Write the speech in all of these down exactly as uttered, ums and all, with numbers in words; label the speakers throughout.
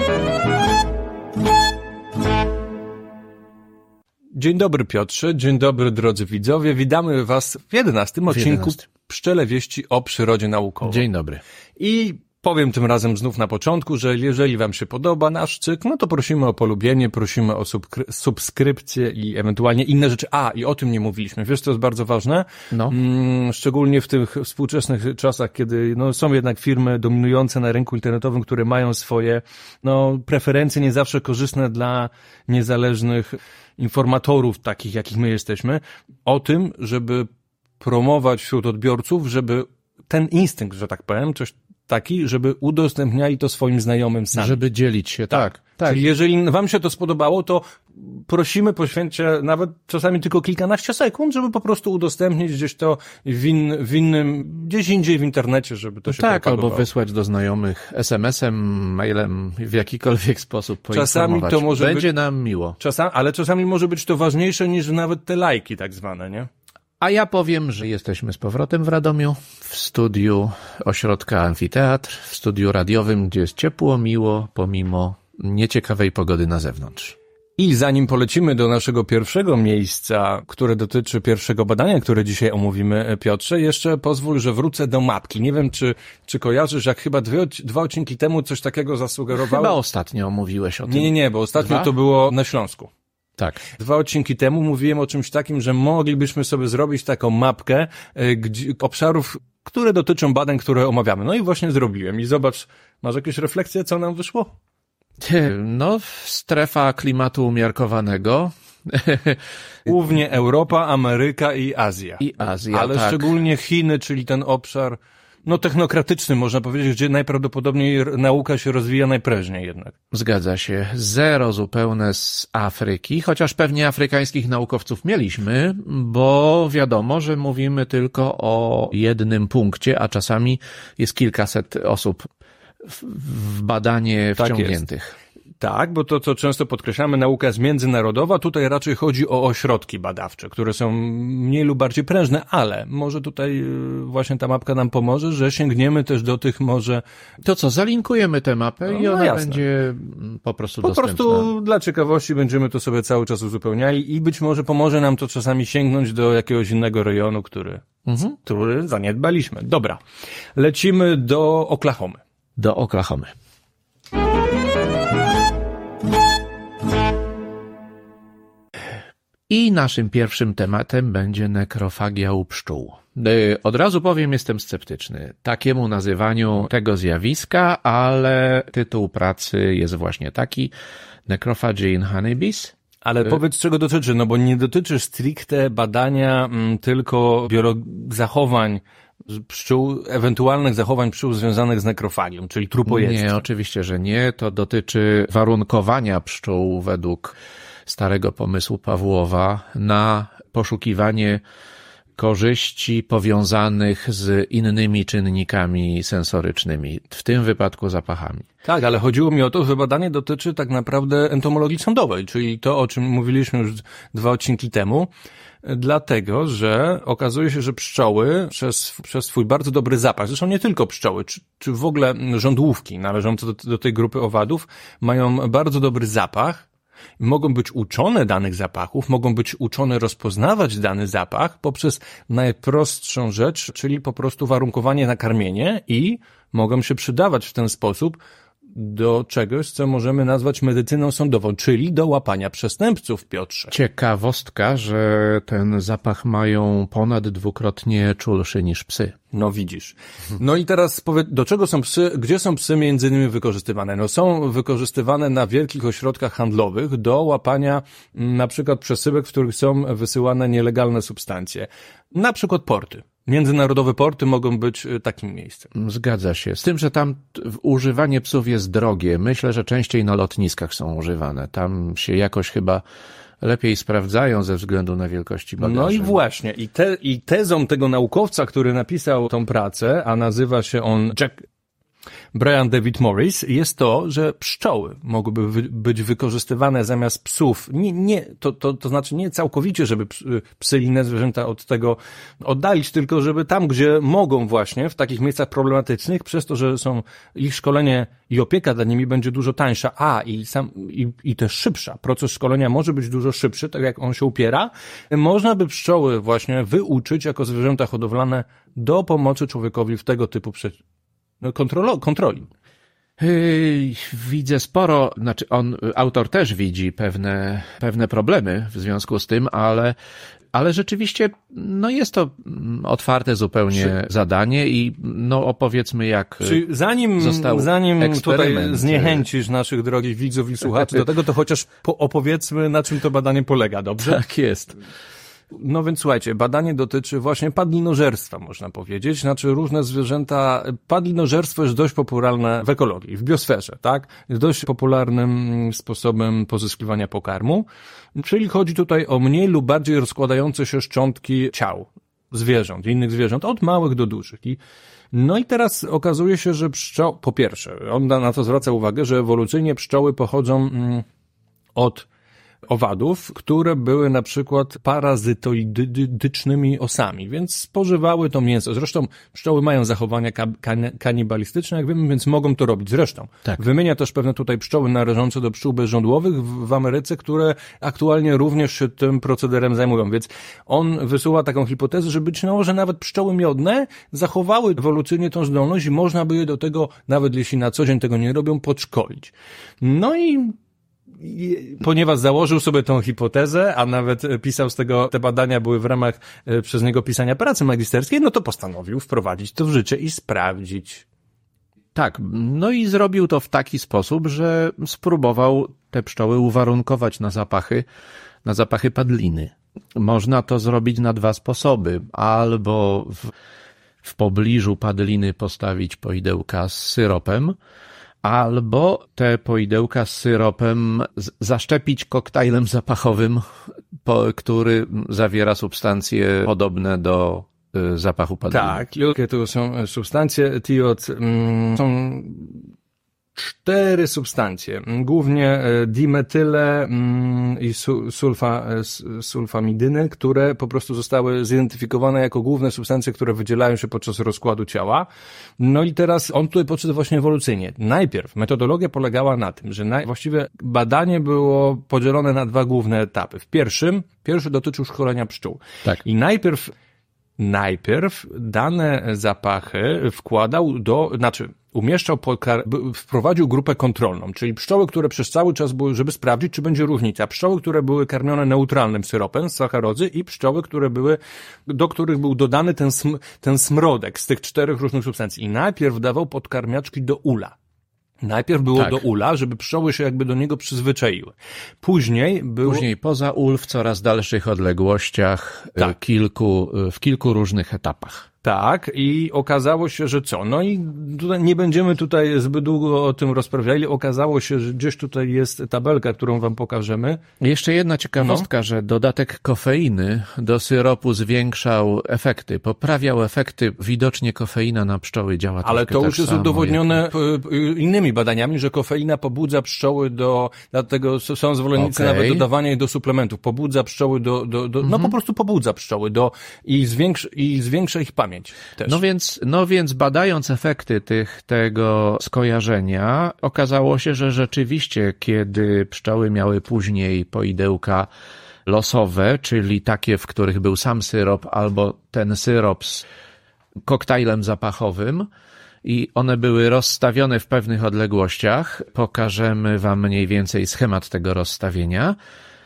Speaker 1: Dzień dobry, Piotrze, dzień dobry, drodzy widzowie. Witamy was w jedenastym odcinku Pszczele Wieści o przyrodzie naukowej.
Speaker 2: Dzień dobry.
Speaker 1: I powiem tym razem znów na początku, że jeżeli wam się podoba nasz cykl, no to prosimy o polubienie, prosimy o subskry- subskrypcję i ewentualnie inne rzeczy. A, i o tym nie mówiliśmy. Wiesz, co jest bardzo ważne?
Speaker 2: No.
Speaker 1: Mm, szczególnie w tych współczesnych czasach, kiedy no, są jednak firmy dominujące na rynku internetowym, które mają swoje no, preferencje nie zawsze korzystne dla niezależnych informatorów, takich jakich my jesteśmy, o tym, żeby promować wśród odbiorców, żeby ten instynkt, że tak powiem, coś taki, żeby udostępniali to swoim znajomym sami.
Speaker 2: Żeby dzielić się, tak. tak. tak.
Speaker 1: Czyli jeżeli wam się to spodobało, to prosimy, poświęćcie nawet czasami tylko kilkanaście sekund, żeby po prostu udostępnić gdzieś to w, in, w innym, gdzieś indziej w internecie, żeby to się
Speaker 2: tak,
Speaker 1: propagowało.
Speaker 2: Albo wysłać do znajomych es em esem, mailem, w jakikolwiek sposób poinformować.
Speaker 1: Czasami to może
Speaker 2: Będzie
Speaker 1: być,
Speaker 2: nam miło.
Speaker 1: Czasami, ale czasami może być to ważniejsze niż nawet te lajki tak zwane, nie?
Speaker 2: A ja powiem, że jesteśmy z powrotem w Radomiu, w studiu ośrodka Amfiteatr, w studiu radiowym, gdzie jest ciepło, miło, pomimo nieciekawej pogody na zewnątrz.
Speaker 1: I zanim polecimy do naszego pierwszego miejsca, które dotyczy pierwszego badania, które dzisiaj omówimy, Piotrze, jeszcze pozwól, że wrócę do mapki. Nie wiem, czy, czy kojarzysz, jak chyba dwie, dwa odcinki temu coś takiego zasugerowało.
Speaker 2: Chyba ostatnio mówiłeś o tym.
Speaker 1: Nie, nie, nie, bo ostatnio
Speaker 2: Dwa?
Speaker 1: to było na Śląsku.
Speaker 2: Tak.
Speaker 1: Dwa odcinki temu mówiłem o czymś takim, że moglibyśmy sobie zrobić taką mapkę gdzie, obszarów, które dotyczą badań, które omawiamy. No i właśnie zrobiłem. I zobacz, masz jakieś refleksje, co nam wyszło?
Speaker 2: No, strefa klimatu umiarkowanego.
Speaker 1: Głównie Europa, Ameryka i Azja.
Speaker 2: I Azja,
Speaker 1: Ale
Speaker 2: tak.
Speaker 1: szczególnie Chiny, czyli ten obszar no technokratyczny, można powiedzieć, gdzie najprawdopodobniej nauka się rozwija najprężniej jednak.
Speaker 2: Zgadza się. Zero zupełne z Afryki, chociaż pewnie afrykańskich naukowców mieliśmy, bo wiadomo, że mówimy tylko o jednym punkcie, a czasami jest kilkaset osób w, w badanie wciągniętych.
Speaker 1: Tak jest. Tak, bo to, co często podkreślamy, nauka jest międzynarodowa, tutaj raczej chodzi o ośrodki badawcze, które są mniej lub bardziej prężne, ale może tutaj właśnie ta mapka nam pomoże, że sięgniemy też do tych może...
Speaker 2: To co, zalinkujemy tę mapę no, i ona
Speaker 1: no
Speaker 2: będzie po prostu
Speaker 1: po
Speaker 2: dostępna.
Speaker 1: Po prostu dla ciekawości będziemy to sobie cały czas uzupełniali i być może pomoże nam to czasami sięgnąć do jakiegoś innego rejonu, który, mhm. który zaniedbaliśmy. Dobra, lecimy do Oklahomy.
Speaker 2: Do Oklahomy. I naszym pierwszym tematem będzie nekrofagia u pszczół. Od razu powiem, jestem sceptyczny takiemu nazywaniu tego zjawiska, ale tytuł pracy jest właśnie taki: Necrophagy in honeybees.
Speaker 1: Ale powiedz, czego dotyczy, no bo nie dotyczy stricte badania m, tylko biolo- zachowań pszczół, ewentualnych zachowań pszczół związanych z nekrofagią, czyli trupojedztwem.
Speaker 2: Nie, oczywiście, że nie. To dotyczy warunkowania pszczół według starego pomysłu Pawłowa na poszukiwanie korzyści powiązanych z innymi czynnikami sensorycznymi, w tym wypadku zapachami.
Speaker 1: Tak, ale chodziło mi o to, że badanie dotyczy tak naprawdę entomologii sądowej, czyli to, o czym mówiliśmy już dwa odcinki temu, dlatego, że okazuje się, że pszczoły przez, przez swój bardzo dobry zapach, zresztą nie tylko pszczoły, czy, czy w ogóle żądłówki należące do, do tej grupy owadów, mają bardzo dobry zapach, mogą być uczone danych zapachów, mogą być uczone rozpoznawać dany zapach poprzez najprostszą rzecz, czyli po prostu warunkowanie na karmienie i mogą się przydawać w ten sposób do czegoś, co możemy nazwać medycyną sądową, czyli do łapania przestępców, Piotrze.
Speaker 2: Ciekawostka, że ten zapach mają ponad dwukrotnie czulszy niż psy.
Speaker 1: No widzisz. No i teraz powiedz, do czego są psy, gdzie są psy między innymi wykorzystywane? No są wykorzystywane na wielkich ośrodkach handlowych do łapania na przykład przesyłek, w których są wysyłane nielegalne substancje. Na przykład porty. Międzynarodowe porty mogą być takim miejscem.
Speaker 2: Zgadza się. Z tym, że tam używanie psów jest drogie. Myślę, że częściej na lotniskach są używane. Tam się jakoś chyba lepiej sprawdzają ze względu na wielkości bagaży.
Speaker 1: No i właśnie. I, te, i tezą tego naukowca, który napisał tą pracę, a nazywa się on Jack... Brian David Morris, jest to, że pszczoły mogłyby wy, być wykorzystywane zamiast psów. Nie, nie, to, to, to znaczy nie całkowicie, żeby psy i inne zwierzęta od tego oddalić, tylko żeby tam, gdzie mogą właśnie, w takich miejscach problematycznych, przez to, że są ich szkolenie i opieka nad nimi będzie dużo tańsza, a i sam, i, i też szybsza. Proces szkolenia może być dużo szybszy, tak jak on się upiera. Można by pszczoły właśnie wyuczyć jako zwierzęta hodowlane do pomocy człowiekowi w tego typu prze... no, kontrolo, kontroli.
Speaker 2: Yy, widzę sporo, znaczy on, autor też widzi pewne, pewne problemy w związku z tym, ale, ale rzeczywiście, no jest to otwarte zupełnie Czy... zadanie i no opowiedzmy jak
Speaker 1: Czy zanim,
Speaker 2: został
Speaker 1: zanim tutaj zniechęcisz naszych drogich widzów i słuchaczy do tego, to chociaż po, opowiedzmy, na czym to badanie polega, dobrze?
Speaker 2: Tak jest.
Speaker 1: No więc słuchajcie, badanie dotyczy właśnie padlinożerstwa, można powiedzieć. Znaczy różne zwierzęta, padlinożerstwo jest dość popularne w ekologii, w biosferze, tak? Jest dość popularnym sposobem pozyskiwania pokarmu. Czyli chodzi tutaj o mniej lub bardziej rozkładające się szczątki ciał zwierząt, innych zwierząt, od małych do dużych. I no i teraz okazuje się, że pszczoły, po pierwsze, on na to zwraca uwagę, że ewolucyjnie pszczoły pochodzą mm, od owadów, które były na przykład parazytoidycznymi osami, więc spożywały to mięso. Zresztą pszczoły mają zachowania kanibalistyczne, jak wiemy, więc mogą to robić. Zresztą tak. Wymienia też pewne tutaj pszczoły należące do pszczół bezżądłowych w, w Ameryce, które aktualnie również się tym procederem zajmują, więc on wysuwa taką hipotezę, że być może nawet pszczoły miodne zachowały ewolucyjnie tą zdolność i można by je do tego, nawet jeśli na co dzień tego nie robią, podszkolić. No i ponieważ założył sobie tą hipotezę, a nawet pisał z tego, te badania były w ramach przez niego pisania pracy magisterskiej, no to postanowił wprowadzić to w życie i sprawdzić.
Speaker 2: Tak, no i zrobił to w taki sposób, że spróbował te pszczoły uwarunkować na zapachy, na zapachy padliny. Można to zrobić na dwa sposoby. Albo w, w pobliżu padliny postawić poidełka z syropem, albo te poidełka z syropem zaszczepić koktajlem zapachowym, który zawiera substancje podobne do zapachu padliny.
Speaker 1: Tak, jakie to są substancje? Tiot, są cztery substancje, głównie dimetyle i sulfa, sulfamidyny, które po prostu zostały zidentyfikowane jako główne substancje, które wydzielają się podczas rozkładu ciała. No i teraz on tutaj podszedł właśnie ewolucyjnie. Najpierw metodologia polegała na tym, że naj... właściwie badanie było podzielone na dwa główne etapy. W pierwszym, pierwszy dotyczył szkolenia pszczół.
Speaker 2: Tak.
Speaker 1: I najpierw Najpierw dane zapachy wkładał do, znaczy umieszczał, wprowadził grupę kontrolną, czyli pszczoły, które przez cały czas były, żeby sprawdzić, czy będzie różnica. Pszczoły, które były karmione neutralnym syropem z sacharodzy i pszczoły, które były, do których był dodany ten, sm, ten smrodek z tych czterech różnych substancji. I najpierw dawał podkarmiaczki do ula. Najpierw było tak. do ula, żeby pszczoły się jakby do niego przyzwyczaiły. Później było...
Speaker 2: Później poza ul w coraz dalszych odległościach, tak. kilku, w kilku różnych etapach.
Speaker 1: Tak, i okazało się, że co? No i tutaj nie będziemy tutaj zbyt długo o tym rozprawiali. Okazało się, że gdzieś tutaj jest tabelka, którą wam pokażemy.
Speaker 2: Jeszcze jedna ciekawostka, no. że dodatek kofeiny do syropu zwiększał efekty, poprawiał efekty. Widocznie kofeina na pszczoły działa troszkę
Speaker 1: Ale to
Speaker 2: tak
Speaker 1: już jest
Speaker 2: samo
Speaker 1: udowodnione jak... innymi badaniami, że kofeina pobudza pszczoły do, dlatego są zwolennicy okay. nawet dodawania jej do suplementów. Pobudza pszczoły do, do, do mm-hmm. no po prostu pobudza pszczoły do i zwiększa, i zwiększa ich pamięć. Też.
Speaker 2: No więc, no więc badając efekty tych, tego skojarzenia, okazało się, że rzeczywiście, kiedy pszczoły miały później poidełka losowe, czyli takie, w których był sam syrop albo ten syrop z koktajlem zapachowym i one były rozstawione w pewnych odległościach, pokażemy wam mniej więcej schemat tego rozstawienia,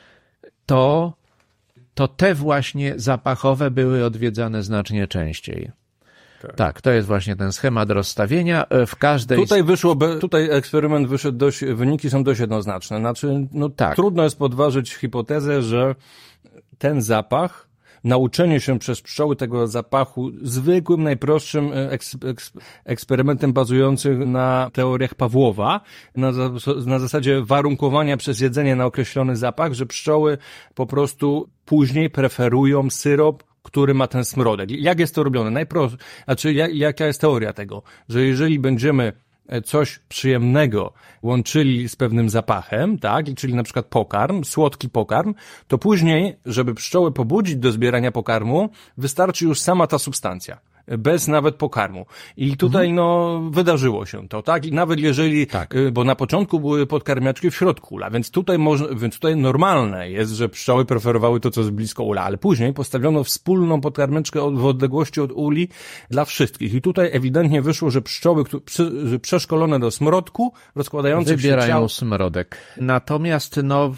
Speaker 2: to to te właśnie zapachowe były odwiedzane znacznie częściej. Tak. tak, to jest właśnie ten schemat rozstawienia. W każdej...
Speaker 1: Tutaj wyszło, tutaj eksperyment wyszedł dość, wyniki są dość jednoznaczne. Znaczy, no tak. Trudno jest podważyć hipotezę, że ten zapach, nauczenie się przez pszczoły tego zapachu zwykłym, najprostszym eks, eks, eksperymentem bazującym na teoriach Pawłowa, na, na zasadzie warunkowania przez jedzenie na określony zapach, że pszczoły po prostu później preferują syrop, który ma ten smrodek. Jak jest to robione? Najprościej, znaczy jak, jaka jest teoria tego? Że jeżeli będziemy coś przyjemnego łączyli z pewnym zapachem, tak, czyli na przykład pokarm, słodki pokarm, to później, żeby pszczoły pobudzić do zbierania pokarmu, wystarczy już sama ta substancja. Bez nawet pokarmu. I tutaj, mhm. no, wydarzyło się to, tak? I nawet jeżeli, tak. bo na początku były podkarmiaczki w środku ula, więc tutaj można, więc tutaj normalne jest, że pszczoły preferowały to, co jest blisko ula, ale później postawiono wspólną podkarmiaczkę w odległości od uli dla wszystkich. I tutaj ewidentnie wyszło, że pszczoły, które przeszkolone do smrodku, rozkładających
Speaker 2: wybierają
Speaker 1: się ciał...
Speaker 2: smrodek. Natomiast, no...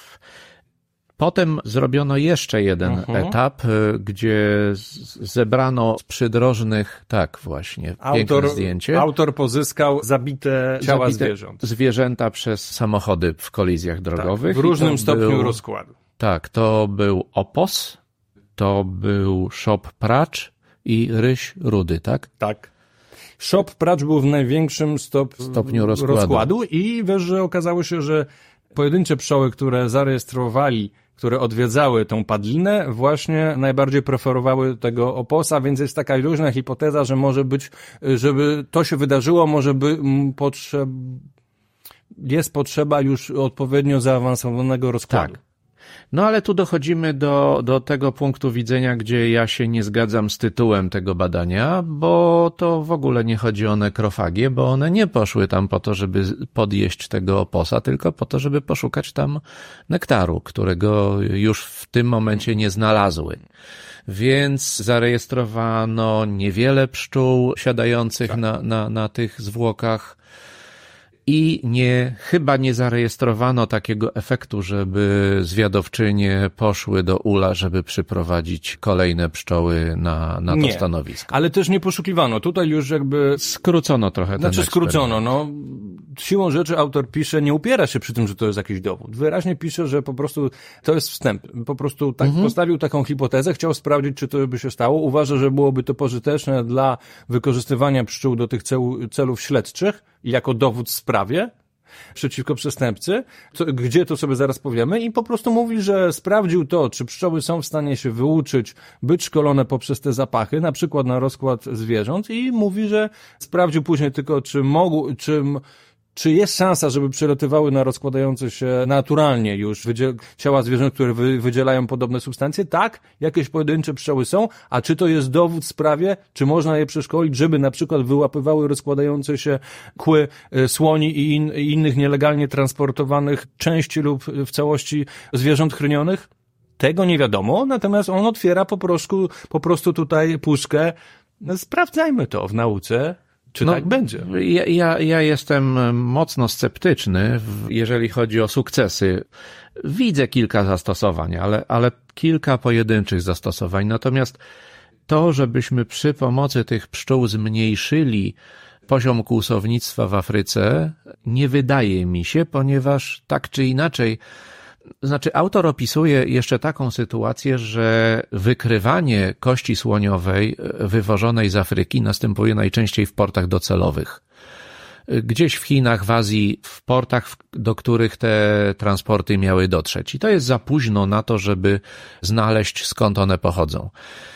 Speaker 2: Potem zrobiono jeszcze jeden uh-huh. etap, gdzie zebrano z przydrożnych, tak właśnie,
Speaker 1: autor,
Speaker 2: piękne zdjęcie.
Speaker 1: Autor pozyskał zabite ciała zabite
Speaker 2: zwierząt. Zwierzęta przez samochody w kolizjach drogowych.
Speaker 1: Tak, w różnym stopniu
Speaker 2: był,
Speaker 1: rozkładu.
Speaker 2: Tak, to był opos, to był szop pracz i ryś rudy, tak?
Speaker 1: Tak. Szop pracz był w największym stop,
Speaker 2: stopniu rozkładu.
Speaker 1: rozkładu i wiesz, że okazało się, że pojedyncze pszczoły, które zarejestrowali, które odwiedzały tą padlinę, właśnie najbardziej preferowały tego oposa, więc jest taka luźna hipoteza, że może być, żeby to się wydarzyło, może by potrzeb... jest potrzeba już odpowiednio zaawansowanego rozkładu.
Speaker 2: Tak. No ale tu dochodzimy do, do tego punktu widzenia, gdzie ja się nie zgadzam z tytułem tego badania, bo to w ogóle nie chodzi o nekrofagię, bo one nie poszły tam po to, żeby podjeść tego oposa, tylko po to, żeby poszukać tam nektaru, którego już w tym momencie nie znalazły. Więc zarejestrowano niewiele pszczół siadających tak. na, na, na tych zwłokach. I nie, chyba nie zarejestrowano takiego efektu, żeby zwiadowczynie poszły do ula, żeby przyprowadzić kolejne pszczoły na, na to
Speaker 1: nie,
Speaker 2: stanowisko.
Speaker 1: Ale też nie poszukiwano. Tutaj już jakby...
Speaker 2: Skrócono trochę ten
Speaker 1: Znaczy
Speaker 2: eksperyment.
Speaker 1: skrócono, no. Siłą rzeczy autor pisze, nie upiera się przy tym, że to jest jakiś dowód. Wyraźnie pisze, że po prostu to jest wstęp. Po prostu tak mhm. postawił taką hipotezę, chciał sprawdzić, czy to by się stało. Uważa, że byłoby to pożyteczne dla wykorzystywania pszczół do tych celu, celów śledczych jako dowód w sprawie przeciwko przestępcy, co, gdzie to sobie zaraz powiemy, i po prostu mówi, że sprawdził to, czy pszczoły są w stanie się wyuczyć, być szkolone poprzez te zapachy, na przykład na rozkład zwierząt, i mówi, że sprawdził później tylko, czy mogą, czy Czy jest szansa, żeby przelatywały na rozkładające się naturalnie już wydziel- ciała zwierząt, które wy- wydzielają podobne substancje? Tak, jakieś pojedyncze pszczoły są, a czy to jest dowód w sprawie, czy można je przeszkolić, żeby na przykład wyłapywały rozkładające się kły y, słoni i, in- i innych nielegalnie transportowanych części lub w całości zwierząt chronionych? Tego nie wiadomo, natomiast on otwiera po prostu, po prostu tutaj puszkę. No, sprawdzajmy to w nauce. Czy no, tak będzie?
Speaker 2: Ja, ja, ja jestem mocno sceptyczny, jeżeli chodzi o sukcesy. Widzę kilka zastosowań, ale, ale kilka pojedynczych zastosowań. Natomiast to, żebyśmy przy pomocy tych pszczół zmniejszyli poziom kłusownictwa w Afryce, nie wydaje mi się, ponieważ tak czy inaczej, znaczy autor opisuje jeszcze taką sytuację, że wykrywanie kości słoniowej wywożonej z Afryki następuje najczęściej w portach docelowych. Gdzieś w Chinach, w Azji, w portach, do których te transporty miały dotrzeć. I to jest za późno na to, żeby znaleźć, skąd one pochodzą.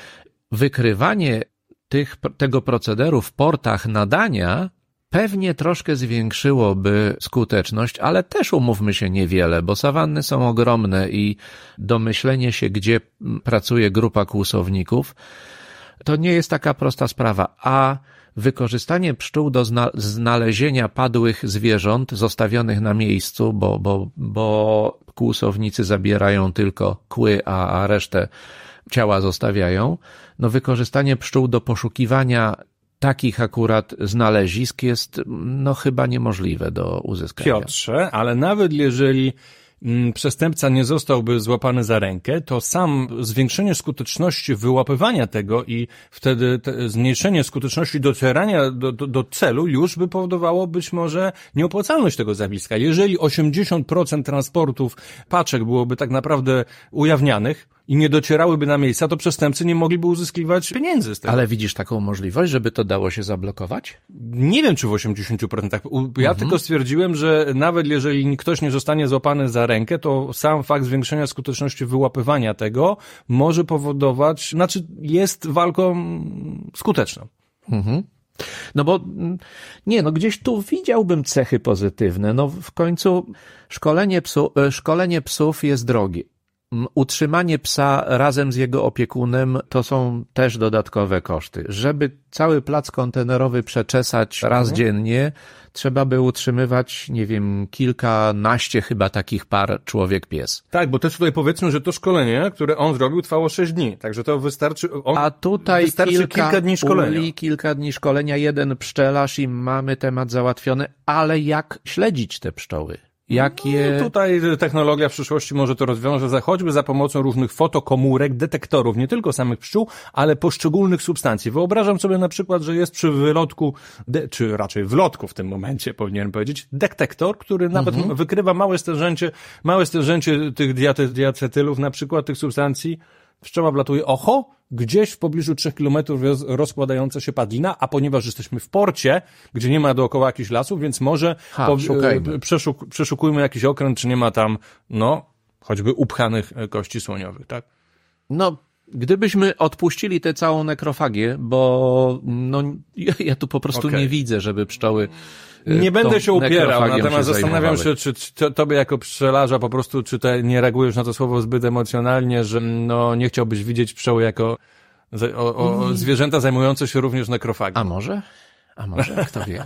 Speaker 2: Wykrywanie tych, tego procederu w portach nadania pewnie troszkę zwiększyłoby skuteczność, ale też umówmy się niewiele, bo sawanny są ogromne i domyślenie się, gdzie pracuje grupa kłusowników, to nie jest taka prosta sprawa. A wykorzystanie pszczół do znalezienia padłych zwierząt zostawionych na miejscu, bo, bo, bo kłusownicy zabierają tylko kły, a, a resztę ciała zostawiają, no wykorzystanie pszczół do poszukiwania takich akurat znalezisk jest no chyba niemożliwe do uzyskania.
Speaker 1: Piotrze, ale nawet jeżeli mm, przestępca nie zostałby złapany za rękę, to sam zwiększenie skuteczności wyłapywania tego i wtedy te, zmniejszenie skuteczności docierania do, do, do celu już by powodowało być może nieopłacalność tego zjawiska. Jeżeli osiemdziesiąt procent transportów paczek byłoby tak naprawdę ujawnianych i nie docierałyby na miejsca, to przestępcy nie mogliby uzyskiwać pieniędzy z tego.
Speaker 2: Ale widzisz taką możliwość, żeby to dało się zablokować?
Speaker 1: Nie wiem, czy w osiemdziesięciu procentach. Ja mhm. tylko stwierdziłem, że nawet jeżeli ktoś nie zostanie złapany za rękę, to sam fakt zwiększenia skuteczności wyłapywania tego może powodować, znaczy jest walką skuteczną.
Speaker 2: Mhm. No bo nie, no gdzieś tu widziałbym cechy pozytywne. No w końcu szkolenie, psu, szkolenie psów jest drogie. Utrzymanie psa razem z jego opiekunem to są też dodatkowe koszty. Żeby cały plac kontenerowy przeczesać raz mhm. dziennie, trzeba by utrzymywać, nie wiem, kilkanaście chyba takich par człowiek-pies.
Speaker 1: Tak, bo też tutaj powiedzmy, że to szkolenie, które on zrobił, trwało sześć dni, także to wystarczy, on,
Speaker 2: A tutaj
Speaker 1: wystarczy kilka, kilka dni szkolenia.
Speaker 2: Uli, kilka dni szkolenia, jeden pszczelarz i mamy temat załatwiony, ale jak śledzić te pszczoły? Jakie...
Speaker 1: No, tutaj technologia w przyszłości może to rozwiąże, choćby za pomocą różnych fotokomórek, detektorów, nie tylko samych pszczół, ale poszczególnych substancji. Wyobrażam sobie na przykład, że jest przy wylotku, de, czy raczej wlotku w tym momencie, powinienem powiedzieć, detektor, który nawet mhm. wykrywa małe stężenie, małe stężenie tych diaty, diacetylów, na przykład tych substancji. Pszczoła wlatuje, oho, gdzieś w pobliżu trzech kilometrów jest rozkładająca się padlina, a ponieważ jesteśmy w porcie, gdzie nie ma dookoła jakichś lasów, więc może
Speaker 2: ha,
Speaker 1: po, przeszuk, przeszukujmy jakiś okręt, czy nie ma tam, no, choćby upchanych kości słoniowych, tak?
Speaker 2: No, gdybyśmy odpuścili tę całą nekrofagię, bo no, ja, ja tu po prostu okay. nie widzę, żeby pszczoły
Speaker 1: Nie będę się upierał, natomiast się zastanawiam się, czy, czy tobie jako pszczelarza po prostu, czy te nie reagujesz na to słowo zbyt emocjonalnie, że no nie chciałbyś widzieć pszczoły jako o, o, mm. zwierzęta zajmujące się również nekrofagią.
Speaker 2: A może? A może? Kto wie?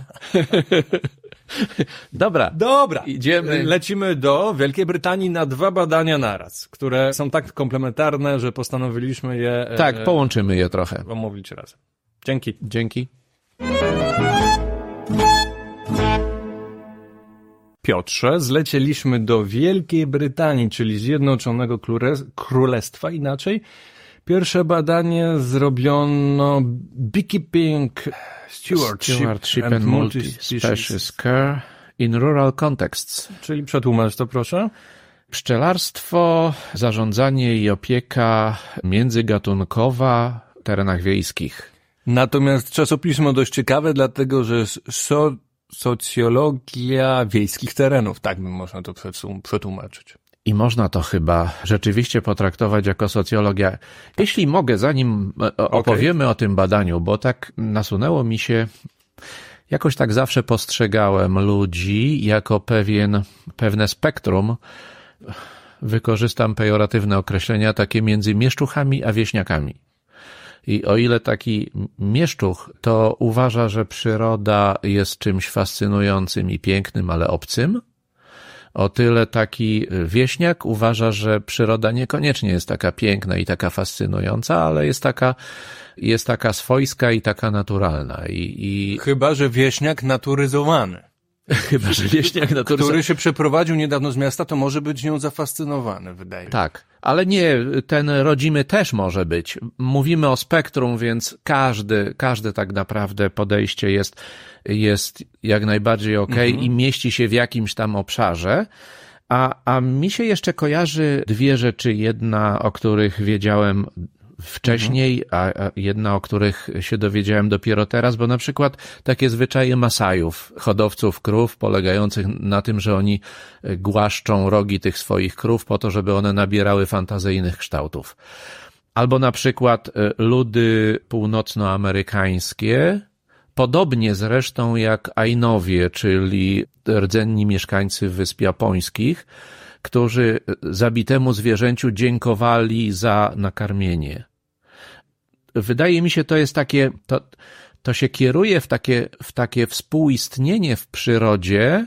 Speaker 2: Dobra.
Speaker 1: Dobra.
Speaker 2: Idziemy.
Speaker 1: Lecimy do Wielkiej Brytanii na dwa badania naraz, które są tak komplementarne, że postanowiliśmy je...
Speaker 2: Tak, połączymy je trochę.
Speaker 1: Omówić razem. Dzięki.
Speaker 2: Dzięki.
Speaker 1: Piotrze, zlecieliśmy do Wielkiej Brytanii, czyli Zjednoczonego Królestwa, inaczej. Pierwsze badanie zrobiono Beekeeping, Stewardship,
Speaker 2: Stewardship and, and Multi-Species Care in Rural Contexts.
Speaker 1: Czyli przetłumacz to proszę.
Speaker 2: Pszczelarstwo, zarządzanie i opieka międzygatunkowa w terenach wiejskich.
Speaker 1: Natomiast czasopismo dość ciekawe, dlatego że so, socjologia wiejskich terenów, tak bym można to przetłumaczyć.
Speaker 2: I można to chyba rzeczywiście potraktować jako socjologia. Jeśli mogę, zanim opowiemy okay. o tym badaniu, bo tak nasunęło mi się, jakoś tak zawsze postrzegałem ludzi jako pewien, pewne spektrum, wykorzystam pejoratywne określenia, takie między mieszczuchami a wieśniakami. I o ile taki mieszczuch to uważa, że przyroda jest czymś fascynującym i pięknym, ale obcym, o tyle taki wieśniak uważa, że przyroda niekoniecznie jest taka piękna i taka fascynująca, ale jest taka, jest taka swojska i taka naturalna. I, i...
Speaker 1: Chyba że wieśniak naturyzowany.
Speaker 2: Chyba że wieśniak naturyzowany.
Speaker 1: Który się przeprowadził niedawno z miasta, to może być nią zafascynowany, wydaje mi się.
Speaker 2: Tak, ale nie, ten rodzimy też może być. Mówimy o spektrum, więc każdy, każde tak naprawdę podejście jest, jest jak najbardziej okej mhm. i mieści się w jakimś tam obszarze. A, a mi się jeszcze kojarzy dwie rzeczy. Jedna, o których wiedziałem wcześniej, a jedna, o których się dowiedziałem dopiero teraz, bo na przykład takie zwyczaje Masajów, hodowców krów, polegających na tym, że oni głaszczą rogi tych swoich krów po to, żeby one nabierały fantazyjnych kształtów. Albo na przykład ludy północnoamerykańskie, podobnie zresztą jak Ainowie, czyli rdzenni mieszkańcy Wysp Japońskich, którzy zabitemu zwierzęciu dziękowali za nakarmienie. Wydaje mi się, to jest takie, to, to się kieruje w takie, w takie współistnienie w przyrodzie,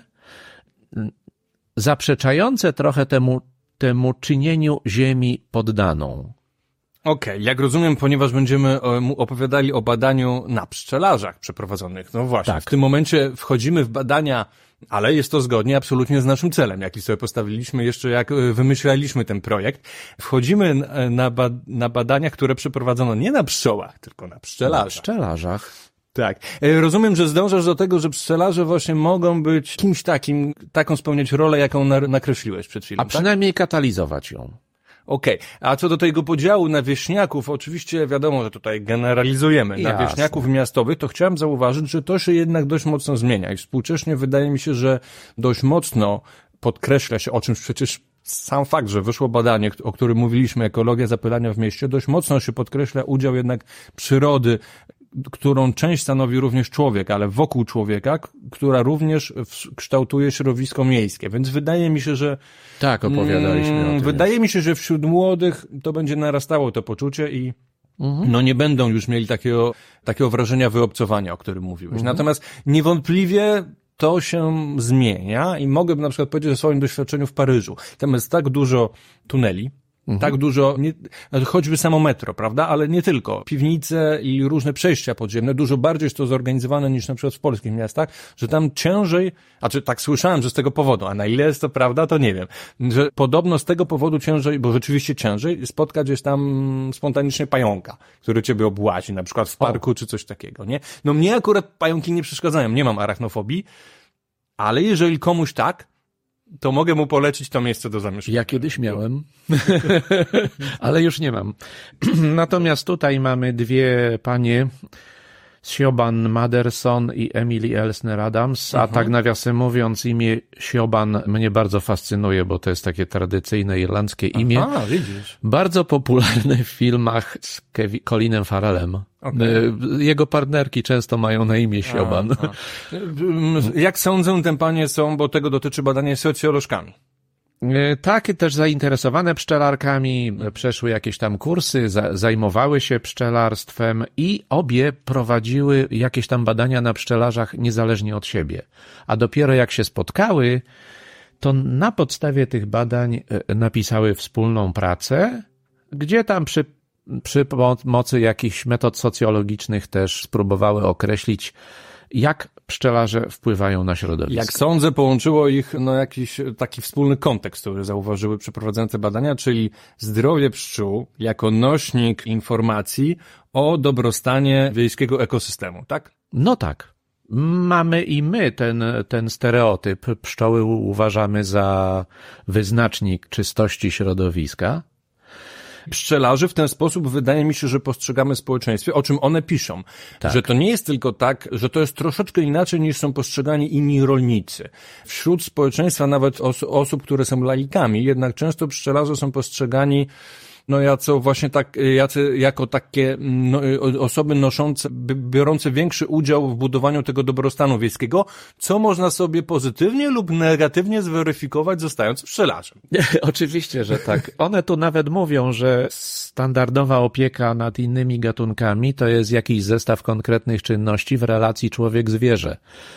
Speaker 2: zaprzeczające trochę temu, temu czynieniu ziemi poddaną.
Speaker 1: Okej, okay, jak rozumiem, ponieważ będziemy opowiadali o badaniu na pszczelarzach przeprowadzonych. No właśnie, tak. W tym momencie wchodzimy w badania, ale jest to zgodnie absolutnie z naszym celem, jaki sobie postawiliśmy jeszcze jak wymyślaliśmy ten projekt. Wchodzimy na, ba- na badania, które przeprowadzono nie na pszczołach, tylko na pszczelarzach.
Speaker 2: Na pszczelarzach.
Speaker 1: Tak. Rozumiem, że zdążasz do tego, że pszczelarze właśnie mogą być kimś takim, taką spełniać rolę, jaką nakreśliłeś przed chwilą.
Speaker 2: A przynajmniej tak? katalizować ją.
Speaker 1: Okej, okay. A co do tego podziału na wieśniaków, oczywiście wiadomo, że tutaj generalizujemy, na
Speaker 2: Jasne.
Speaker 1: wieśniaków miastowych, to chciałem zauważyć, że to się jednak dość mocno zmienia i współcześnie wydaje mi się, że dość mocno podkreśla się, o czymś przecież sam fakt, że wyszło badanie, o którym mówiliśmy, ekologia zapylania w mieście, dość mocno się podkreśla udział jednak przyrody, którą część stanowi również człowiek, ale wokół człowieka, która również kształtuje środowisko miejskie. Więc wydaje mi się, że...
Speaker 2: Tak, opowiadaliśmy mm, o tym.
Speaker 1: Wydaje już. mi się, że wśród młodych to będzie narastało to poczucie i mhm. no nie będą już mieli takiego, takiego wrażenia wyobcowania, o którym mówiłeś. Mhm. Natomiast niewątpliwie to się zmienia i mogę na przykład powiedzieć o swoim doświadczeniu w Paryżu. Tam jest tak dużo tuneli, mhm. tak dużo, nie, choćby samo metro, prawda, ale nie tylko. Piwnice i różne przejścia podziemne, dużo bardziej jest to zorganizowane niż na przykład w polskich miastach, że tam ciężej, a czy tak słyszałem, że z tego powodu, a na ile jest to prawda, to nie wiem, że podobno z tego powodu ciężej, bo rzeczywiście ciężej, spotkać jest tam spontanicznie pająka, który ciebie obłazi, na przykład w parku o. czy coś takiego, nie? No mnie akurat pająki nie przeszkadzają, nie mam arachnofobii, ale jeżeli komuś tak, to mogę mu polecić to miejsce do zamieszkania.
Speaker 2: Ja kiedyś miałem, ale już nie mam. Natomiast tutaj mamy dwie panie, Siobhan Maderson i Emily Elsner Adams, a uh-huh. tak nawiasem mówiąc imię Siobhan mnie bardzo fascynuje, bo to jest takie tradycyjne irlandzkie imię.
Speaker 1: Aha, widzisz.
Speaker 2: Bardzo popularne w filmach z Kevi- Colinem Farrellem. Okay. Jego partnerki często mają na imię Siobhan. A, a.
Speaker 1: Jak sądzę, te panie są, bo tego dotyczy badanie, socjolożkami.
Speaker 2: Tak, też zainteresowane pszczelarkami, przeszły jakieś tam kursy, za, zajmowały się pszczelarstwem i obie prowadziły jakieś tam badania na pszczelarzach niezależnie od siebie. A dopiero jak się spotkały, to na podstawie tych badań napisały wspólną pracę, gdzie tam przy, przy pomocy jakichś metod socjologicznych też spróbowały określić, jak pszczelarze wpływają na środowisko.
Speaker 1: Jak sądzę, połączyło ich no jakiś taki wspólny kontekst, który zauważyły przeprowadzające badania, czyli zdrowie pszczół jako nośnik informacji o dobrostanie wiejskiego ekosystemu, tak?
Speaker 2: No tak. Mamy i my ten, ten stereotyp. Pszczoły uważamy za wyznacznik czystości środowiska.
Speaker 1: Pszczelarzy w ten sposób wydaje mi się, że postrzegamy społeczeństwie, o czym one piszą. Tak. Że to nie jest tylko tak, że to jest troszeczkę inaczej niż są postrzegani inni rolnicy. Wśród społeczeństwa nawet os- osób, które są laikami, jednak często pszczelarze są postrzegani no jaco właśnie tak, jacy, jako takie no, osoby noszące, biorące większy udział w budowaniu tego dobrostanu wiejskiego, co można sobie pozytywnie lub negatywnie zweryfikować, zostając pszczelarzem.
Speaker 2: Oczywiście, że tak. One tu nawet mówią, że standardowa opieka nad innymi gatunkami to jest jakiś zestaw konkretnych czynności w relacji człowiek-zwierzę.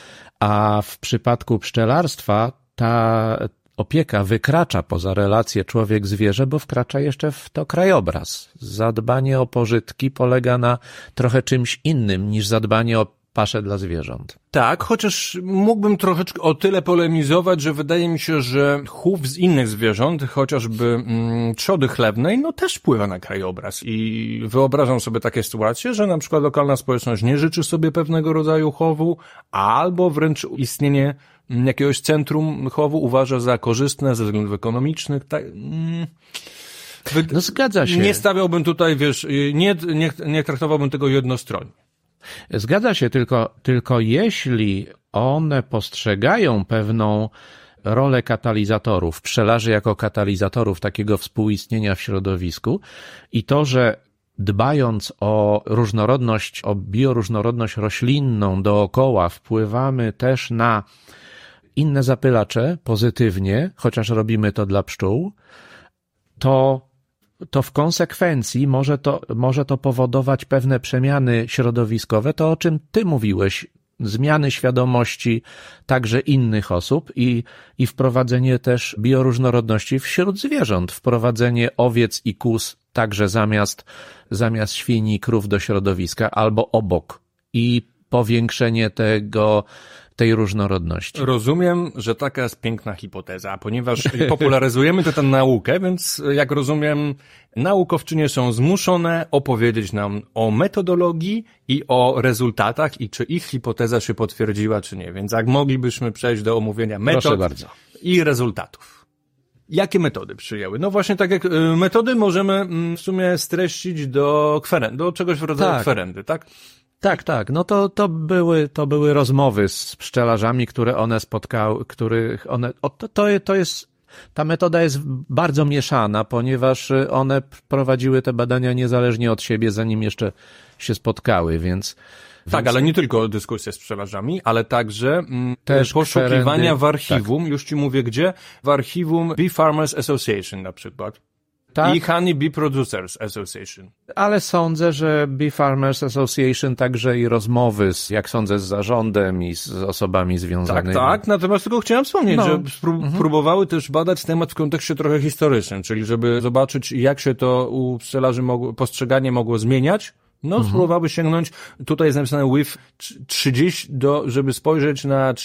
Speaker 2: A w przypadku pszczelarstwa ta opieka wykracza poza relację człowiek-zwierzę, bo wkracza jeszcze w to krajobraz. Zadbanie o pożytki polega na trochę czymś innym niż zadbanie o paszę dla zwierząt.
Speaker 1: Tak, chociaż mógłbym troszeczkę o tyle polemizować, że wydaje mi się, że chów z innych zwierząt, chociażby mm, trzody chlewnej, no też wpływa na krajobraz i wyobrażam sobie takie sytuacje, że na przykład lokalna społeczność nie życzy sobie pewnego rodzaju chowu, albo wręcz istnienie jakiegoś centrum chowu uważa za korzystne ze względów ekonomicznych. Tak, mm, wy...
Speaker 2: No zgadza się.
Speaker 1: Nie stawiałbym tutaj, wiesz, nie, nie, nie traktowałbym tego jednostronnie.
Speaker 2: Zgadza się, tylko, tylko jeśli one postrzegają pewną rolę katalizatorów, pszczelarzy jako katalizatorów takiego współistnienia w środowisku i to, że dbając o różnorodność, o bioróżnorodność roślinną dookoła, wpływamy też na inne zapylacze pozytywnie, chociaż robimy to dla pszczół, to to w konsekwencji może to, może to powodować pewne przemiany środowiskowe, to o czym ty mówiłeś, zmiany świadomości także innych osób i, i wprowadzenie też bioróżnorodności wśród zwierząt, wprowadzenie owiec i kóz także zamiast, zamiast świni i krów do środowiska albo obok i powiększenie tego tej różnorodności.
Speaker 1: Rozumiem, że taka jest piękna hipoteza, ponieważ popularyzujemy tę naukę, więc jak rozumiem, naukowczynie są zmuszone opowiedzieć nam o metodologii i o rezultatach i czy ich hipoteza się potwierdziła, czy nie. Więc jak moglibyśmy przejść do omówienia metod i rezultatów. Jakie metody przyjęły? No właśnie tak jak metody możemy w sumie streścić do kwerendy, do czegoś w rodzaju tak. kwerendy, tak?
Speaker 2: Tak, tak. No to, to były, to były rozmowy z pszczelarzami, które one spotkały, których one, o, to, to jest, Ta metoda jest bardzo mieszana, ponieważ one prowadziły te badania niezależnie od siebie, zanim jeszcze się spotkały, więc...
Speaker 1: Tak,
Speaker 2: więc...
Speaker 1: ale nie tylko dyskusje z pszczelarzami, ale także mm,
Speaker 2: Też
Speaker 1: poszukiwania
Speaker 2: kwerendy,
Speaker 1: w archiwum, tak. Już ci mówię gdzie, w archiwum Bee Farmers Association na przykład. Tak. I Honey Bee Producers Association.
Speaker 2: Ale sądzę, że Bee Farmers Association także i rozmowy, z, jak sądzę, z zarządem i z osobami związanymi.
Speaker 1: Tak, tak, natomiast tylko chciałem wspomnieć, no. że spró- mhm. próbowały też badać temat w kontekście trochę historycznym, czyli żeby zobaczyć, jak się to u pszczelarzy mogło, postrzeganie mogło zmieniać. No, mhm. spróbowały sięgnąć, tutaj jest napisane with trzydzieści, do, żeby spojrzeć na